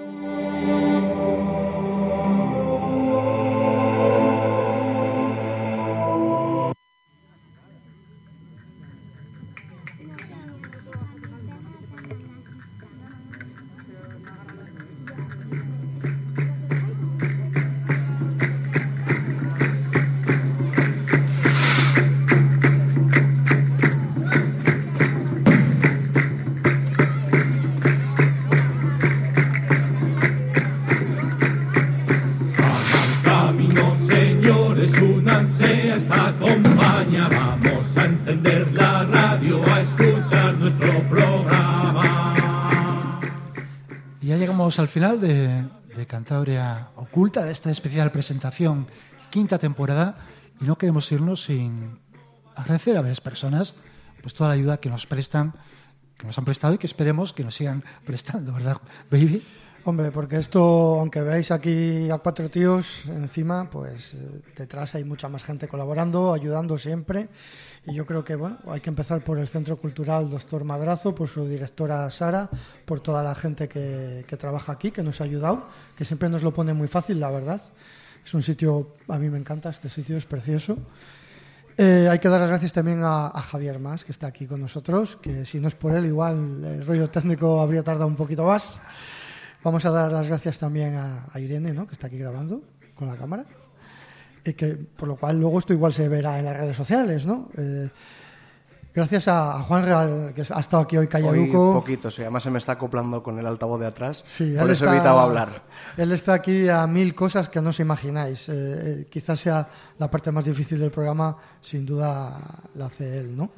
Al final de Cantabria Oculta, de esta especial presentación, 5ª temporada, y no queremos irnos sin agradecer a varias personas pues toda la ayuda que nos prestan, que nos han prestado y que esperemos que nos sigan prestando, ¿verdad, baby? Hombre, porque esto, aunque veáis aquí a 4 tíos encima, pues detrás hay mucha más gente colaborando, ayudando siempre. Y yo creo que bueno, hay que empezar por el Centro Cultural Doctor Madrazo, por su directora Sara, por toda la gente que trabaja aquí, que nos ha ayudado, que siempre nos lo pone muy fácil, la verdad. Es un sitio, a mí me encanta, este sitio es precioso. Hay que dar las gracias también a Javier Mas, que está aquí con nosotros, que si no es por él, igual el rollo técnico habría tardado un poquito más. Vamos a dar las gracias también a Irene, ¿no?, que está aquí grabando con la cámara, y que por lo cual luego esto igual se verá en las redes sociales, ¿no? Gracias a Juan Real, que ha estado aquí hoy calladuco. Hoy poquito, sí, además se me está acoplando con el altavoz de atrás, sí, por eso he evitado hablar. Él está aquí a 1000 cosas que no os imagináis. Quizás sea la parte más difícil del programa, sin duda la hace él, ¿no?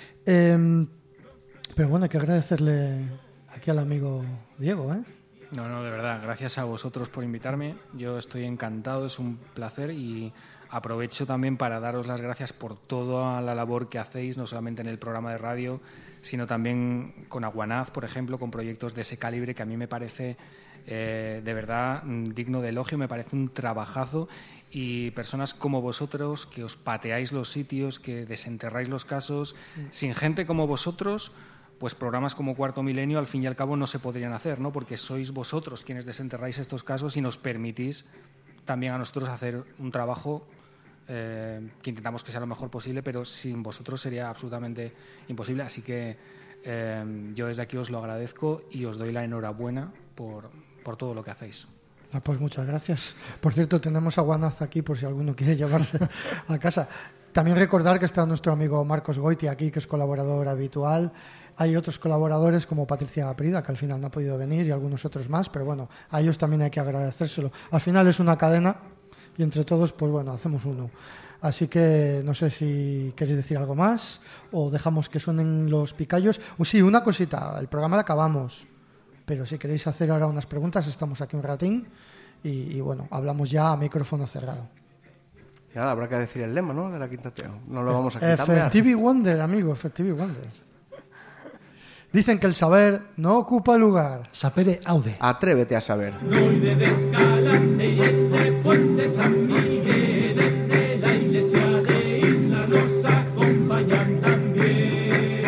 Pero bueno, hay que agradecerle aquí al amigo Diego, ¿eh? No, de verdad, gracias a vosotros por invitarme. Yo estoy encantado, es un placer y aprovecho también para daros las gracias por toda la labor que hacéis, no solamente en el programa de radio, sino también con Aguanaz, por ejemplo, con proyectos de ese calibre que a mí me parece de verdad digno de elogio, me parece un trabajazo, y personas como vosotros que os pateáis los sitios, que desenterráis los casos, sin gente como vosotros, pues programas como Cuarto Milenio al fin y al cabo no se podrían hacer, ¿no? Porque sois vosotros quienes desenterráis estos casos y nos permitís también a nosotros hacer un trabajo que intentamos que sea lo mejor posible, pero sin vosotros sería absolutamente imposible. Así que yo desde aquí os lo agradezco y os doy la enhorabuena por todo lo que hacéis. Pues muchas gracias. Por cierto, tenemos a Guanaz aquí por si alguno quiere llevarse a casa. También recordar que está nuestro amigo Marcos Goiti aquí, que es colaborador habitual. Hay otros colaboradores como Patricia Aprida, que al final no ha podido venir, y algunos otros más, pero bueno, a ellos también hay que agradecérselo. Al final es una cadena y entre todos, pues bueno, hacemos uno. Así que no sé si queréis decir algo más o dejamos que suenen los picayos. O sí, una cosita, el programa lo acabamos, pero si queréis hacer ahora unas preguntas, estamos aquí un ratín y bueno, hablamos ya a micrófono cerrado. Y nada, habrá que decir el lema, ¿no?, de la Quinta Teo. No lo vamos a quitar. Effective Wonder, amigo, Effective Wonder. Dicen que el saber no ocupa lugar. Sapere aude. Atrévete a saber. De Escalante y el de Fuente San Miguel, desde la iglesia de Isla nos acompañan también.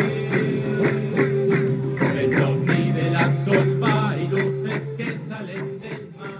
El ovni de la sopa y luces que salen del mar.